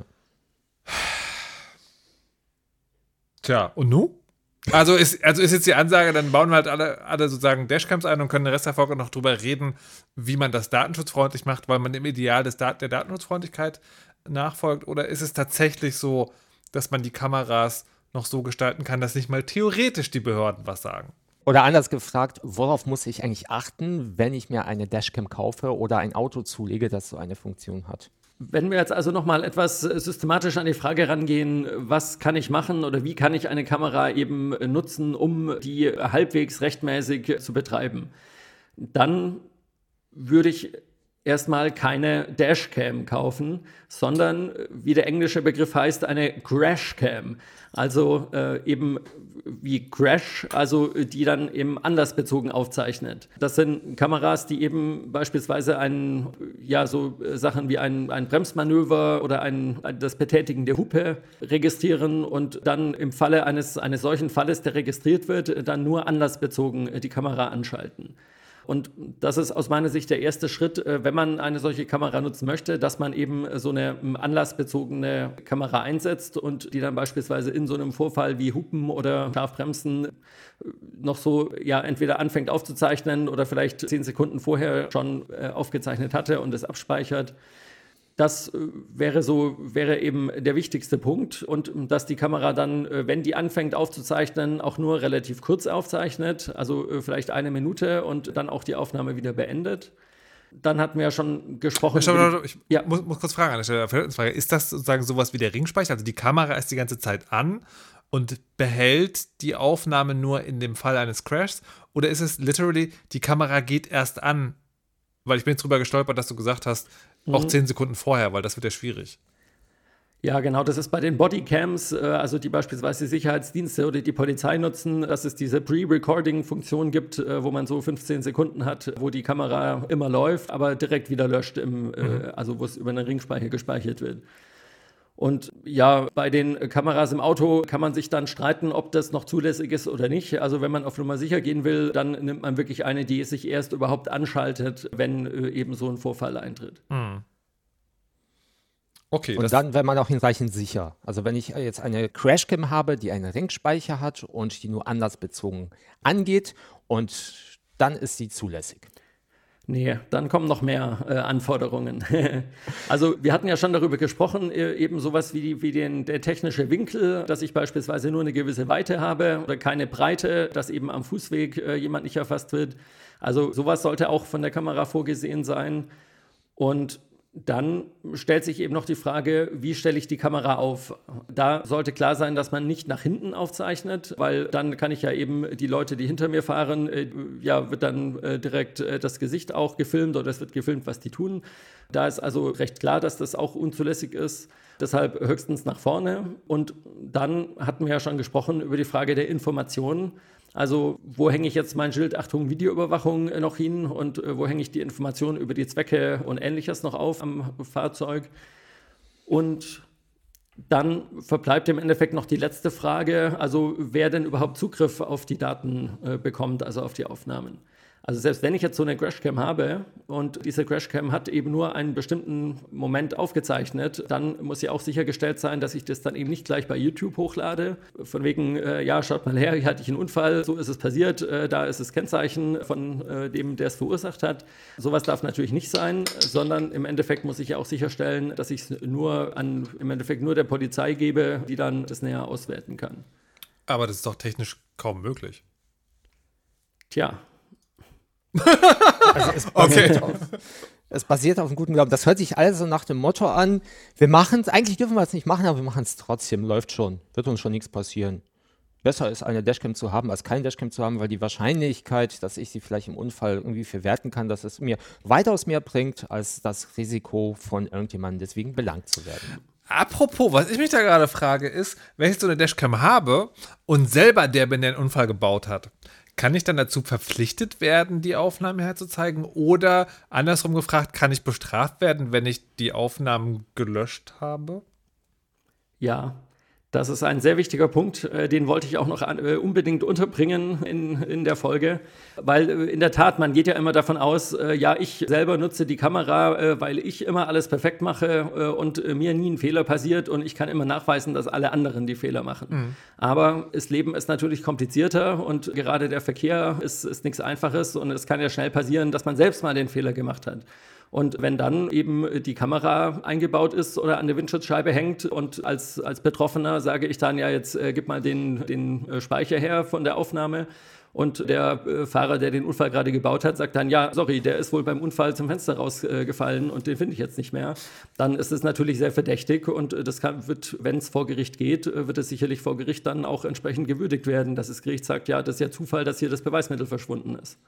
Tja, und nun? Also ist jetzt die Ansage, dann bauen wir halt alle sozusagen Dashcams ein und können den Rest der Folge noch drüber reden, wie man das datenschutzfreundlich macht, weil man dem Ideal der Datenschutzfreundlichkeit nachfolgt. Oder ist es tatsächlich so, dass man die Kameras noch so gestalten kann, dass nicht mal theoretisch die Behörden was sagen? Oder anders gefragt, worauf muss ich eigentlich achten, wenn ich mir eine Dashcam kaufe oder ein Auto zulege, das so eine Funktion hat? Wenn wir jetzt also nochmal etwas systematisch an die Frage rangehen, was kann ich machen oder wie kann ich eine Kamera eben nutzen, um die halbwegs rechtmäßig zu betreiben, dann würde ich erstmal keine Dashcam kaufen, sondern, wie der englische Begriff heißt, eine Crashcam. Also eben wie Crash, also die dann eben anlassbezogen aufzeichnet. Das sind Kameras, die eben beispielsweise so Sachen wie ein Bremsmanöver oder das Betätigen der Hupe registrieren und dann im Falle eines solchen Falles, der registriert wird, dann nur anlassbezogen die Kamera anschalten. Und das ist aus meiner Sicht der erste Schritt, wenn man eine solche Kamera nutzen möchte, dass man eben so eine anlassbezogene Kamera einsetzt und die dann beispielsweise in so einem Vorfall wie Hupen oder Scharfbremsen noch so entweder anfängt aufzuzeichnen oder vielleicht 10 Sekunden vorher schon aufgezeichnet hatte und es abspeichert. Das wäre eben der wichtigste Punkt und dass die Kamera dann, wenn die anfängt aufzuzeichnen, auch nur relativ kurz aufzeichnet, also vielleicht 1 Minute und dann auch die Aufnahme wieder beendet. Dann hatten wir ja schon gesprochen. Ich muss kurz fragen an der Stelle. Ist das sozusagen sowas wie der Ringspeicher? Also die Kamera ist die ganze Zeit an und behält die Aufnahme nur in dem Fall eines Crashs? Oder ist es literally, die Kamera geht erst an? Weil ich bin jetzt drüber gestolpert, dass du gesagt hast, auch 10 Sekunden vorher, weil das wird ja schwierig. Ja, genau, das ist bei den Bodycams, also die beispielsweise Sicherheitsdienste oder die Polizei nutzen, dass es diese Pre-Recording-Funktion gibt, wo man so 15 Sekunden hat, wo die Kamera immer läuft, aber direkt wieder löscht, also wo es über einen Ringspeicher gespeichert wird. Und ja, bei den Kameras im Auto kann man sich dann streiten, ob das noch zulässig ist oder nicht. Also wenn man auf Nummer sicher gehen will, dann nimmt man wirklich eine, die sich erst überhaupt anschaltet, wenn eben so ein Vorfall eintritt. Okay. Und dann wäre man auch hinreichend sicher. Also wenn ich jetzt eine Crashcam habe, die einen Ringspeicher hat und die nur anlassbezogen angeht und dann ist sie zulässig. Nee, dann kommen noch mehr Anforderungen. Also wir hatten ja schon darüber gesprochen, eben sowas wie der technische Winkel, dass ich beispielsweise nur eine gewisse Weite habe oder keine Breite, dass eben am Fußweg jemand nicht erfasst wird. Also sowas sollte auch von der Kamera vorgesehen sein. Und dann stellt sich eben noch die Frage, wie stelle ich die Kamera auf? Da sollte klar sein, dass man nicht nach hinten aufzeichnet, weil dann kann ich ja eben die Leute, die hinter mir fahren, wird dann direkt das Gesicht auch gefilmt oder es wird gefilmt, was die tun. Da ist also recht klar, dass das auch unzulässig ist. Deshalb höchstens nach vorne. Und dann hatten wir ja schon gesprochen über die Frage der Informationen. Also wo hänge ich jetzt mein Schild, Achtung, Videoüberwachung noch hin und wo hänge ich die Informationen über die Zwecke und Ähnliches noch auf am Fahrzeug? Und dann verbleibt im Endeffekt noch die letzte Frage, also wer denn überhaupt Zugriff auf die Daten bekommt, also auf die Aufnahmen. Also selbst wenn ich jetzt so eine Crashcam habe und diese Crashcam hat eben nur einen bestimmten Moment aufgezeichnet, dann muss ja auch sichergestellt sein, dass ich das dann eben nicht gleich bei YouTube hochlade. Von wegen, schaut mal her, hier hatte ich einen Unfall, so ist es passiert, da ist das Kennzeichen von dem, der es verursacht hat. Sowas darf natürlich nicht sein, sondern im Endeffekt muss ich ja auch sicherstellen, dass ich es im Endeffekt nur der Polizei gebe, die dann das näher auswerten kann. Aber das ist doch technisch kaum möglich. Tja. Also es basiert auf einem guten Glauben. Das hört sich also nach dem Motto an, wir machen es, eigentlich dürfen wir es nicht machen, aber wir machen es trotzdem, läuft schon, wird uns schon nichts passieren. Besser ist eine Dashcam zu haben, als keine Dashcam zu haben, weil die Wahrscheinlichkeit, dass ich sie vielleicht im Unfall irgendwie verwerten kann, dass es mir weitaus mehr bringt, als das Risiko von irgendjemandem deswegen belangt zu werden. Apropos, was ich mich da gerade frage, ist, wenn ich so eine Dashcam habe und selber der bin, der einen Unfall gebaut hat, kann ich dann dazu verpflichtet werden, die Aufnahmen herzuzeigen? Oder andersrum gefragt, kann ich bestraft werden, wenn ich die Aufnahmen gelöscht habe? Ja, das ist ein sehr wichtiger Punkt, den wollte ich auch noch unbedingt unterbringen in der Folge, weil in der Tat, man geht ja immer davon aus, ja, ich selber nutze die Kamera, weil ich immer alles perfekt mache und mir nie ein Fehler passiert und ich kann immer nachweisen, dass alle anderen die Fehler machen. Mhm. Aber das Leben ist natürlich komplizierter und gerade der Verkehr ist nichts Einfaches und es kann ja schnell passieren, dass man selbst mal den Fehler gemacht hat. Und wenn dann eben die Kamera eingebaut ist oder an der Windschutzscheibe hängt und als Betroffener sage ich dann, ja, jetzt gib mal den Speicher her von der Aufnahme und der Fahrer, der den Unfall gerade gebaut hat, sagt dann, ja, sorry, der ist wohl beim Unfall zum Fenster rausgefallen und den finde ich jetzt nicht mehr, dann ist es natürlich sehr verdächtig und das wird, wenn es vor Gericht geht, wird es sicherlich vor Gericht dann auch entsprechend gewürdigt werden, dass das Gericht sagt, ja, das ist ja Zufall, dass hier das Beweismittel verschwunden ist.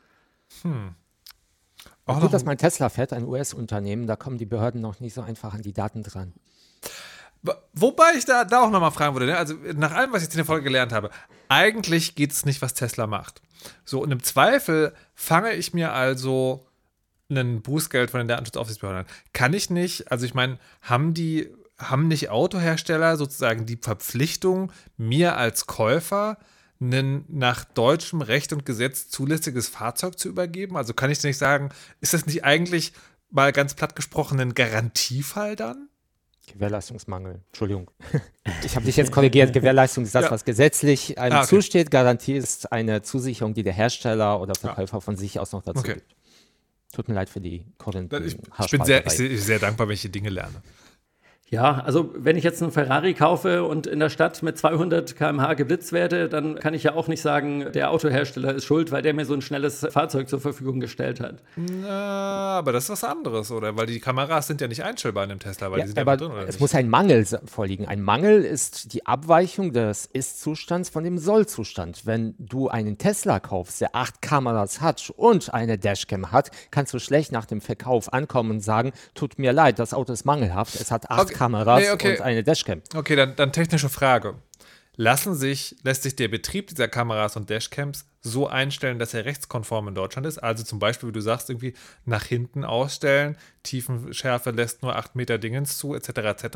Gut, dass mein Tesla fährt, ein US-Unternehmen, da kommen die Behörden noch nicht so einfach an die Daten dran. Wobei ich da auch nochmal fragen würde, ne? Also nach allem, was ich jetzt in der Folge gelernt habe, eigentlich geht es nicht, was Tesla macht. So, und im Zweifel fange ich mir also ein Bußgeld von den Datenschutzaufsichtsbehörden an. Kann ich nicht, also ich meine, haben nicht Autohersteller sozusagen die Verpflichtung, mir als Käufer ein nach deutschem Recht und Gesetz zulässiges Fahrzeug zu übergeben? Also kann ich nicht sagen, ist das nicht eigentlich mal ganz platt gesprochen ein Garantiefall dann? Gewährleistungsmangel, Entschuldigung. Ich habe dich jetzt korrigiert. Gewährleistung ist das, was gesetzlich einem zusteht. Garantie ist eine Zusicherung, die der Hersteller oder Verkäufer von sich aus noch dazu gibt. Tut mir leid für die korrekte Ich bin sehr dankbar, wenn ich die Dinge lerne. Ja, also wenn ich jetzt einen Ferrari kaufe und in der Stadt mit 200 km/h geblitzt werde, dann kann ich ja auch nicht sagen, der Autohersteller ist schuld, weil der mir so ein schnelles Fahrzeug zur Verfügung gestellt hat. Na, aber das ist was anderes, oder? Weil die Kameras sind ja nicht einstellbar in dem Tesla, weil die sind ja drin, oder es nicht? muss ein Mangel vorliegen. Ein Mangel ist die Abweichung des Ist-Zustands von dem Soll-Zustand. Wenn du einen Tesla kaufst, der 8 Kameras hat und eine Dashcam hat, kannst du schlecht nach dem Verkauf ankommen und sagen, tut mir leid, das Auto ist mangelhaft, es hat 8 Kameras und eine Dashcam. Okay, dann technische Frage. Lässt sich der Betrieb dieser Kameras und Dashcams so einstellen, dass er rechtskonform in Deutschland ist? Also zum Beispiel, wie du sagst, irgendwie nach hinten ausstellen, Tiefenschärfe lässt nur 8 Meter Dingens zu, etc. etc.?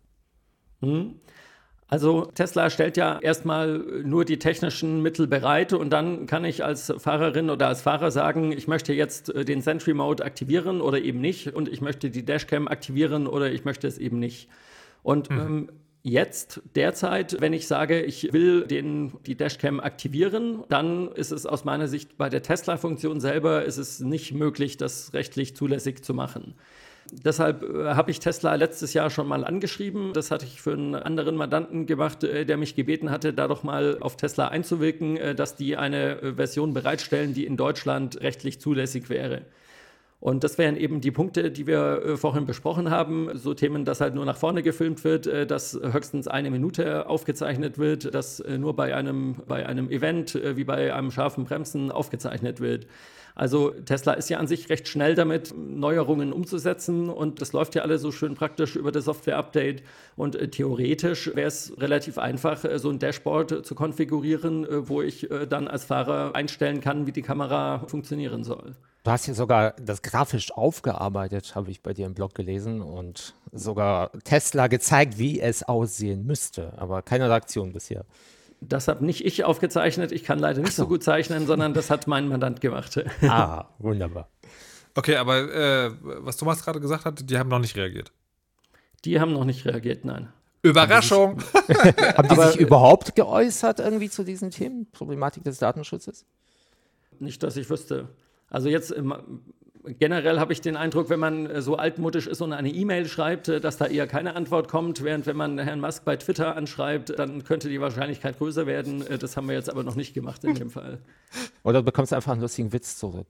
Also Tesla stellt ja erstmal nur die technischen Mittel bereit und dann kann ich als Fahrerin oder als Fahrer sagen, ich möchte jetzt den Sentry Mode aktivieren oder eben nicht und ich möchte die Dashcam aktivieren oder ich möchte es eben nicht. Und jetzt, derzeit, wenn ich sage, ich will die Dashcam aktivieren, dann ist es aus meiner Sicht bei der Tesla-Funktion selber ist es nicht möglich, das rechtlich zulässig zu machen. Deshalb habe ich Tesla letztes Jahr schon mal angeschrieben. Das hatte ich für einen anderen Mandanten gemacht, der mich gebeten hatte, da doch mal auf Tesla einzuwirken, dass die eine Version bereitstellen, die in Deutschland rechtlich zulässig wäre. Und das wären eben die Punkte, die wir vorhin besprochen haben. So Themen, dass halt nur nach vorne gefilmt wird, dass höchstens 1 Minute aufgezeichnet wird, dass nur bei einem Event wie bei einem scharfen Bremsen aufgezeichnet wird. Also Tesla ist ja an sich recht schnell damit, Neuerungen umzusetzen und das läuft ja alles so schön praktisch über das Software-Update und theoretisch wäre es relativ einfach, so ein Dashboard zu konfigurieren, wo ich dann als Fahrer einstellen kann, wie die Kamera funktionieren soll. Du hast ja sogar das grafisch aufgearbeitet, habe ich bei dir im Blog gelesen und sogar Tesla gezeigt, wie es aussehen müsste, aber keine Reaktion bisher. Das habe nicht ich aufgezeichnet, ich kann leider nicht so gut zeichnen, sondern das hat mein Mandant gemacht. Wunderbar. Okay, aber was Thomas gerade gesagt hat, die haben noch nicht reagiert. Die haben noch nicht reagiert, nein. Überraschung! Haben die sich überhaupt geäußert irgendwie zu diesen Themen? Problematik des Datenschutzes? Nicht, dass ich wüsste. Also jetzt generell habe ich den Eindruck, wenn man so altmodisch ist und eine E-Mail schreibt, dass da eher keine Antwort kommt, während wenn man Herrn Musk bei Twitter anschreibt, dann könnte die Wahrscheinlichkeit größer werden. Das haben wir jetzt aber noch nicht gemacht in dem Fall. Oder du bekommst einfach einen lustigen Witz zurück.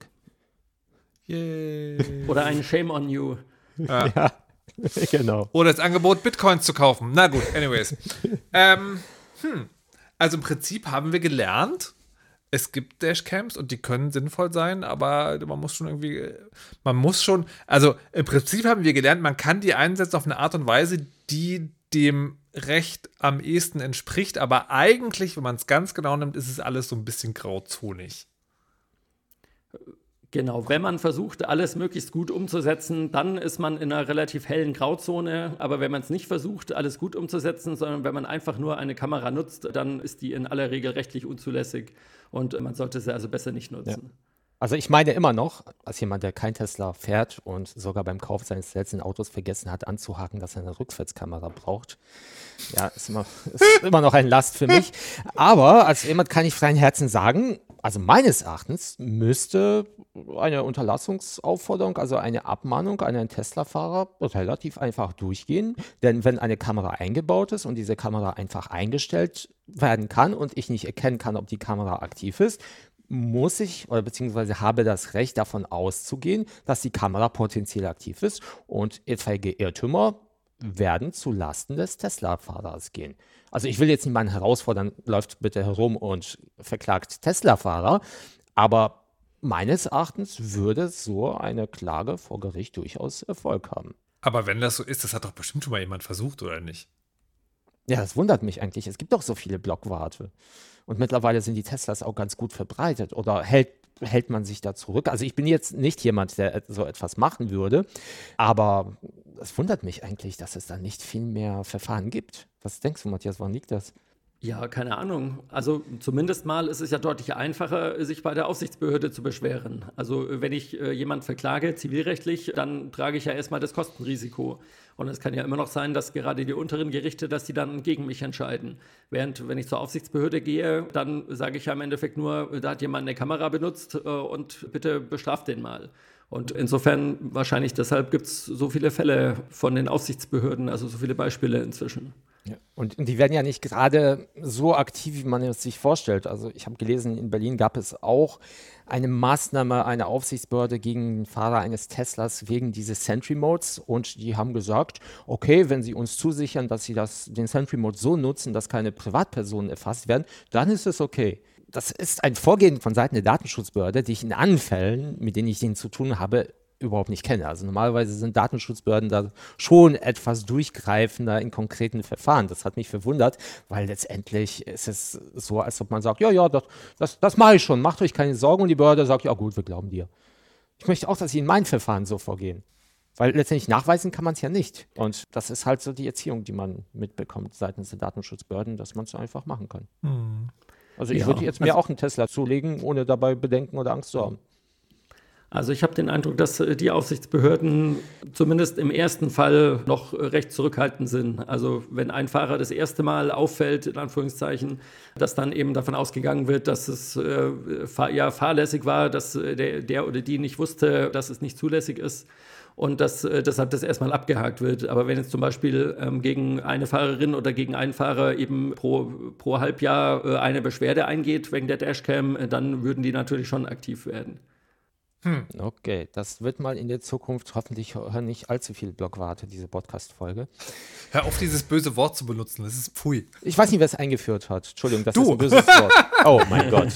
Yay. Oder ein Shame on you. Ja, genau. Oder das Angebot, Bitcoins zu kaufen. Na gut, anyways. Also im Prinzip haben wir gelernt, es gibt Dashcams und die können sinnvoll sein, aber also im Prinzip haben wir gelernt, man kann die einsetzen auf eine Art und Weise, die dem Recht am ehesten entspricht, aber eigentlich, wenn man es ganz genau nimmt, ist es alles so ein bisschen grauzonig. Genau, wenn man versucht, alles möglichst gut umzusetzen, dann ist man in einer relativ hellen Grauzone. Aber wenn man es nicht versucht, alles gut umzusetzen, sondern wenn man einfach nur eine Kamera nutzt, dann ist die in aller Regel rechtlich unzulässig und man sollte sie also besser nicht nutzen. Ja. Also ich meine immer noch, als jemand, der kein Tesla fährt und sogar beim Kauf seines letzten Autos vergessen hat anzuhaken, dass er eine Rückwärtskamera braucht. Ja, ist immer noch eine Last für mich. Aber als jemand kann ich freien Herzen sagen, also meines Erachtens müsste eine Unterlassungsaufforderung, also eine Abmahnung an einen Tesla-Fahrer relativ einfach durchgehen. Denn wenn eine Kamera eingebaut ist und diese Kamera einfach eingestellt werden kann und ich nicht erkennen kann, ob die Kamera aktiv ist, muss ich oder beziehungsweise habe das Recht davon auszugehen, dass die Kamera potenziell aktiv ist und etwaige Irrtümer werden zu Lasten des Tesla-Fahrers gehen. Also ich will jetzt niemanden herausfordern, läuft bitte herum und verklagt Tesla-Fahrer, aber meines Erachtens würde so eine Klage vor Gericht durchaus Erfolg haben. Aber wenn das so ist, das hat doch bestimmt schon mal jemand versucht, oder nicht? Ja, das wundert mich eigentlich. Es gibt doch so viele Blockwarte. Und mittlerweile sind die Teslas auch ganz gut verbreitet. Oder hält man sich da zurück? Also ich bin jetzt nicht jemand, der so etwas machen würde. Aber es wundert mich eigentlich, dass es da nicht viel mehr Verfahren gibt. Was denkst du, Matthias, woran liegt das? Ja, keine Ahnung. Also zumindest mal ist es ja deutlich einfacher, sich bei der Aufsichtsbehörde zu beschweren. Also wenn ich jemanden verklage, zivilrechtlich, dann trage ich ja erstmal das Kostenrisiko. Und es kann ja immer noch sein, dass gerade die unteren Gerichte, dass die dann gegen mich entscheiden. Während, wenn ich zur Aufsichtsbehörde gehe, dann sage ich ja im Endeffekt nur, da hat jemand eine Kamera benutzt und bitte bestraft den mal. Und insofern wahrscheinlich deshalb gibt es so viele Fälle von den Aufsichtsbehörden, also so viele Beispiele inzwischen. Ja. Und die werden ja nicht gerade so aktiv, wie man es sich vorstellt. Also ich habe gelesen, in Berlin gab es auch eine Maßnahme einer Aufsichtsbehörde gegen den Fahrer eines Teslas wegen dieses Sentry-Modes. Und die haben gesagt, okay, wenn sie uns zusichern, dass sie den Sentry-Mode so nutzen, dass keine Privatpersonen erfasst werden, dann ist es okay. Das ist ein Vorgehen von Seiten der Datenschutzbehörde, die ich in anderen Fällen, mit denen ich denen zu tun habe, überhaupt nicht kenne. Also normalerweise sind Datenschutzbehörden da schon etwas durchgreifender in konkreten Verfahren. Das hat mich verwundert, weil letztendlich ist es so, als ob man sagt, ja, das mache ich schon, macht euch keine Sorgen. Und die Behörde sagt, ja gut, wir glauben dir. Ich möchte auch, dass sie in meinen Verfahren so vorgehen. Weil letztendlich nachweisen kann man es ja nicht. Und das ist halt so die Erziehung, die man mitbekommt seitens der Datenschutzbehörden, dass man es so einfach machen kann. Also ich würde jetzt mir auch einen Tesla zulegen, ohne dabei Bedenken oder Angst zu haben. Also ich habe den Eindruck, dass die Aufsichtsbehörden zumindest im ersten Fall noch recht zurückhaltend sind. Also wenn ein Fahrer das erste Mal auffällt, in Anführungszeichen, dass dann eben davon ausgegangen wird, dass es fahrlässig war, dass der oder die nicht wusste, dass es nicht zulässig ist. Und dass deshalb das erstmal abgehakt wird. Aber wenn jetzt zum Beispiel gegen eine Fahrerin oder gegen einen Fahrer eben pro Halbjahr eine Beschwerde eingeht wegen der Dashcam, dann würden die natürlich schon aktiv werden. Okay, das wird mal in der Zukunft hoffentlich hören nicht allzu viel Blockwarte, diese Podcast-Folge. Hör auf, dieses böse Wort zu benutzen, das ist pfui. Ich weiß nicht, wer es eingeführt hat. Entschuldigung, das ist ein böses Wort. Oh mein Gott.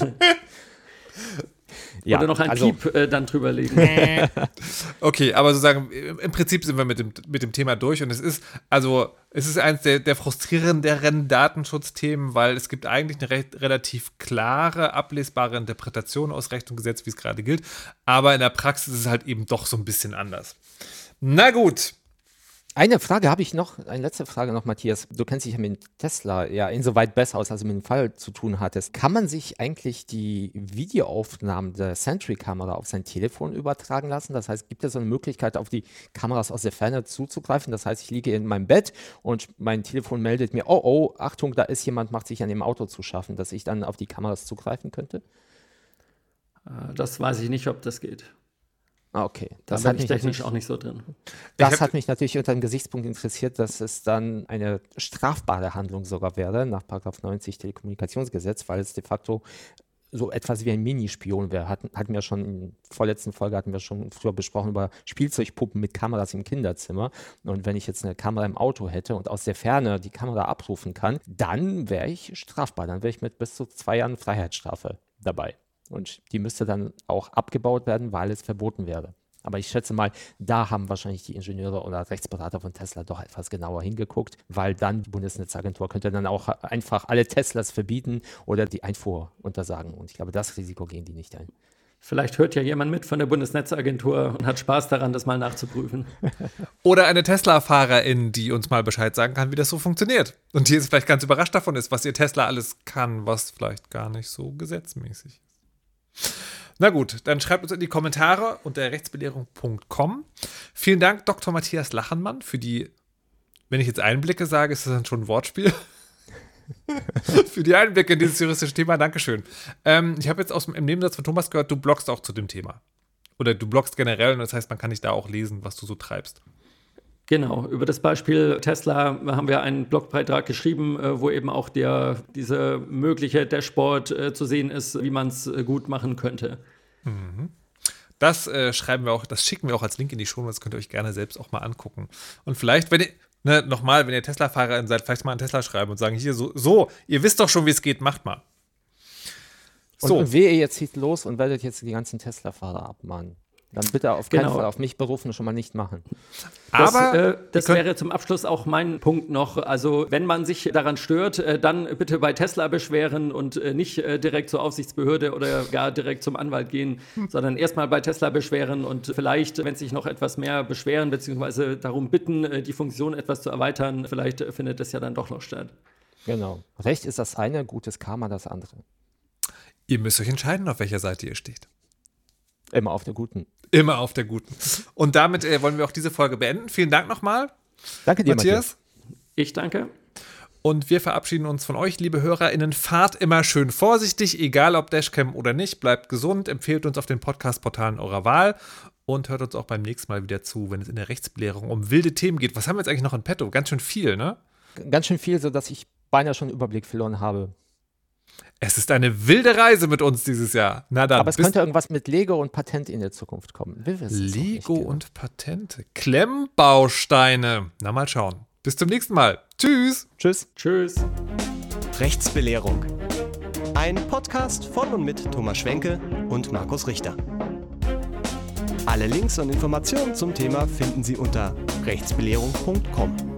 Ja, oder noch ein Piep dann drüberlegen. Okay, aber sozusagen, im Prinzip sind wir mit dem Thema durch und es ist eines der frustrierenderen Datenschutzthemen, weil es gibt eigentlich eine relativ klare, ablesbare Interpretation aus Recht und Gesetz, wie es gerade gilt, aber in der Praxis ist es halt eben doch so ein bisschen anders. Na gut. Eine Frage habe ich noch, eine letzte Frage noch, Matthias. Du kennst dich ja mit Tesla ja insoweit besser aus, als du mit dem Fall zu tun hattest. Kann man sich eigentlich die Videoaufnahmen der Sentry-Kamera auf sein Telefon übertragen lassen? Das heißt, gibt es so eine Möglichkeit, auf die Kameras aus der Ferne zuzugreifen? Das heißt, ich liege in meinem Bett und mein Telefon meldet mir, oh, Achtung, da ist jemand, macht sich an dem Auto zu schaffen, dass ich dann auf die Kameras zugreifen könnte? Das weiß ich nicht, ob das geht. Okay. Das hat mich technisch auch nicht so drin. Das hat mich natürlich unter dem Gesichtspunkt interessiert, dass es dann eine strafbare Handlung sogar wäre, nach § 90 Telekommunikationsgesetz, weil es de facto so etwas wie ein Minispion wäre. Hatten wir schon in der vorletzten Folge, hatten wir schon früher besprochen über Spielzeugpuppen mit Kameras im Kinderzimmer. Und wenn ich jetzt eine Kamera im Auto hätte und aus der Ferne die Kamera abrufen kann, dann wäre ich strafbar. Dann wäre ich mit bis zu 2 Jahren Freiheitsstrafe dabei. Und die müsste dann auch abgebaut werden, weil es verboten wäre. Aber ich schätze mal, da haben wahrscheinlich die Ingenieure oder Rechtsberater von Tesla doch etwas genauer hingeguckt, weil dann die Bundesnetzagentur könnte dann auch einfach alle Teslas verbieten oder die Einfuhr untersagen. Und ich glaube, das Risiko gehen die nicht ein. Vielleicht hört ja jemand mit von der Bundesnetzagentur und hat Spaß daran, das mal nachzuprüfen. Oder eine Tesla-Fahrerin, die uns mal Bescheid sagen kann, wie das so funktioniert. Und die jetzt vielleicht ganz überrascht davon ist, was ihr Tesla alles kann, was vielleicht gar nicht so gesetzmäßig ist. Na gut, dann schreibt uns in die Kommentare unter rechtsbelehrung.com. Vielen Dank, Dr. Matthias Lachenmann, für die, wenn ich jetzt Einblicke sage, ist das dann schon ein Wortspiel? Für die Einblicke in dieses juristische Thema, Dankeschön. Ich habe jetzt im Nebensatz von Thomas gehört, du bloggst auch zu dem Thema. Oder du bloggst generell und das heißt, man kann dich da auch lesen, was du so treibst. Genau, über das Beispiel Tesla haben wir einen Blogbeitrag geschrieben, wo eben auch diese mögliche Dashboard zu sehen ist, wie man es gut machen könnte. Das schreiben wir auch, das schicken wir auch als Link in die Shownotes, das könnt ihr euch gerne selbst auch mal angucken. Und vielleicht, wenn ihr nochmal, wenn ihr Tesla-Fahrerin seid, vielleicht mal an Tesla schreiben und sagen, hier so, ihr wisst doch schon, wie es geht, macht mal. So. Und wehe, ihr zieht los und werdet jetzt die ganzen Tesla-Fahrer abmahnen. Dann bitte auf keinen Fall auf mich berufen, schon mal nicht machen. Aber das wäre zum Abschluss auch mein Punkt noch. Also wenn man sich daran stört, dann bitte bei Tesla beschweren und nicht direkt zur Aufsichtsbehörde oder gar direkt zum Anwalt gehen, sondern erstmal bei Tesla beschweren und vielleicht, wenn sich noch etwas mehr beschweren, beziehungsweise darum bitten, die Funktion etwas zu erweitern, vielleicht findet das ja dann doch noch statt. Genau. Recht ist das eine, gutes Karma das andere. Ihr müsst euch entscheiden, auf welcher Seite ihr steht. Immer auf der guten. Immer auf der guten. Und damit wollen wir auch diese Folge beenden. Vielen Dank nochmal. Danke dir, Matthias. Ich danke. Und wir verabschieden uns von euch, liebe HörerInnen. Fahrt immer schön vorsichtig, egal ob Dashcam oder nicht. Bleibt gesund, empfehlt uns auf den Podcast-Portalen eurer Wahl und hört uns auch beim nächsten Mal wieder zu, wenn es in der Rechtsbelehrung um wilde Themen geht. Was haben wir jetzt eigentlich noch in petto? Ganz schön viel, ne? Ganz schön viel, sodass ich beinahe schon einen Überblick verloren habe. Es ist eine wilde Reise mit uns dieses Jahr. Na dann. Aber es könnte irgendwas mit Lego und Patent in der Zukunft kommen. Lego und Patente. Klemmbausteine. Na, mal schauen. Bis zum nächsten Mal. Tschüss. Tschüss. Tschüss. Rechtsbelehrung. Ein Podcast von und mit Thomas Schwenke und Markus Richter. Alle Links und Informationen zum Thema finden Sie unter rechtsbelehrung.com.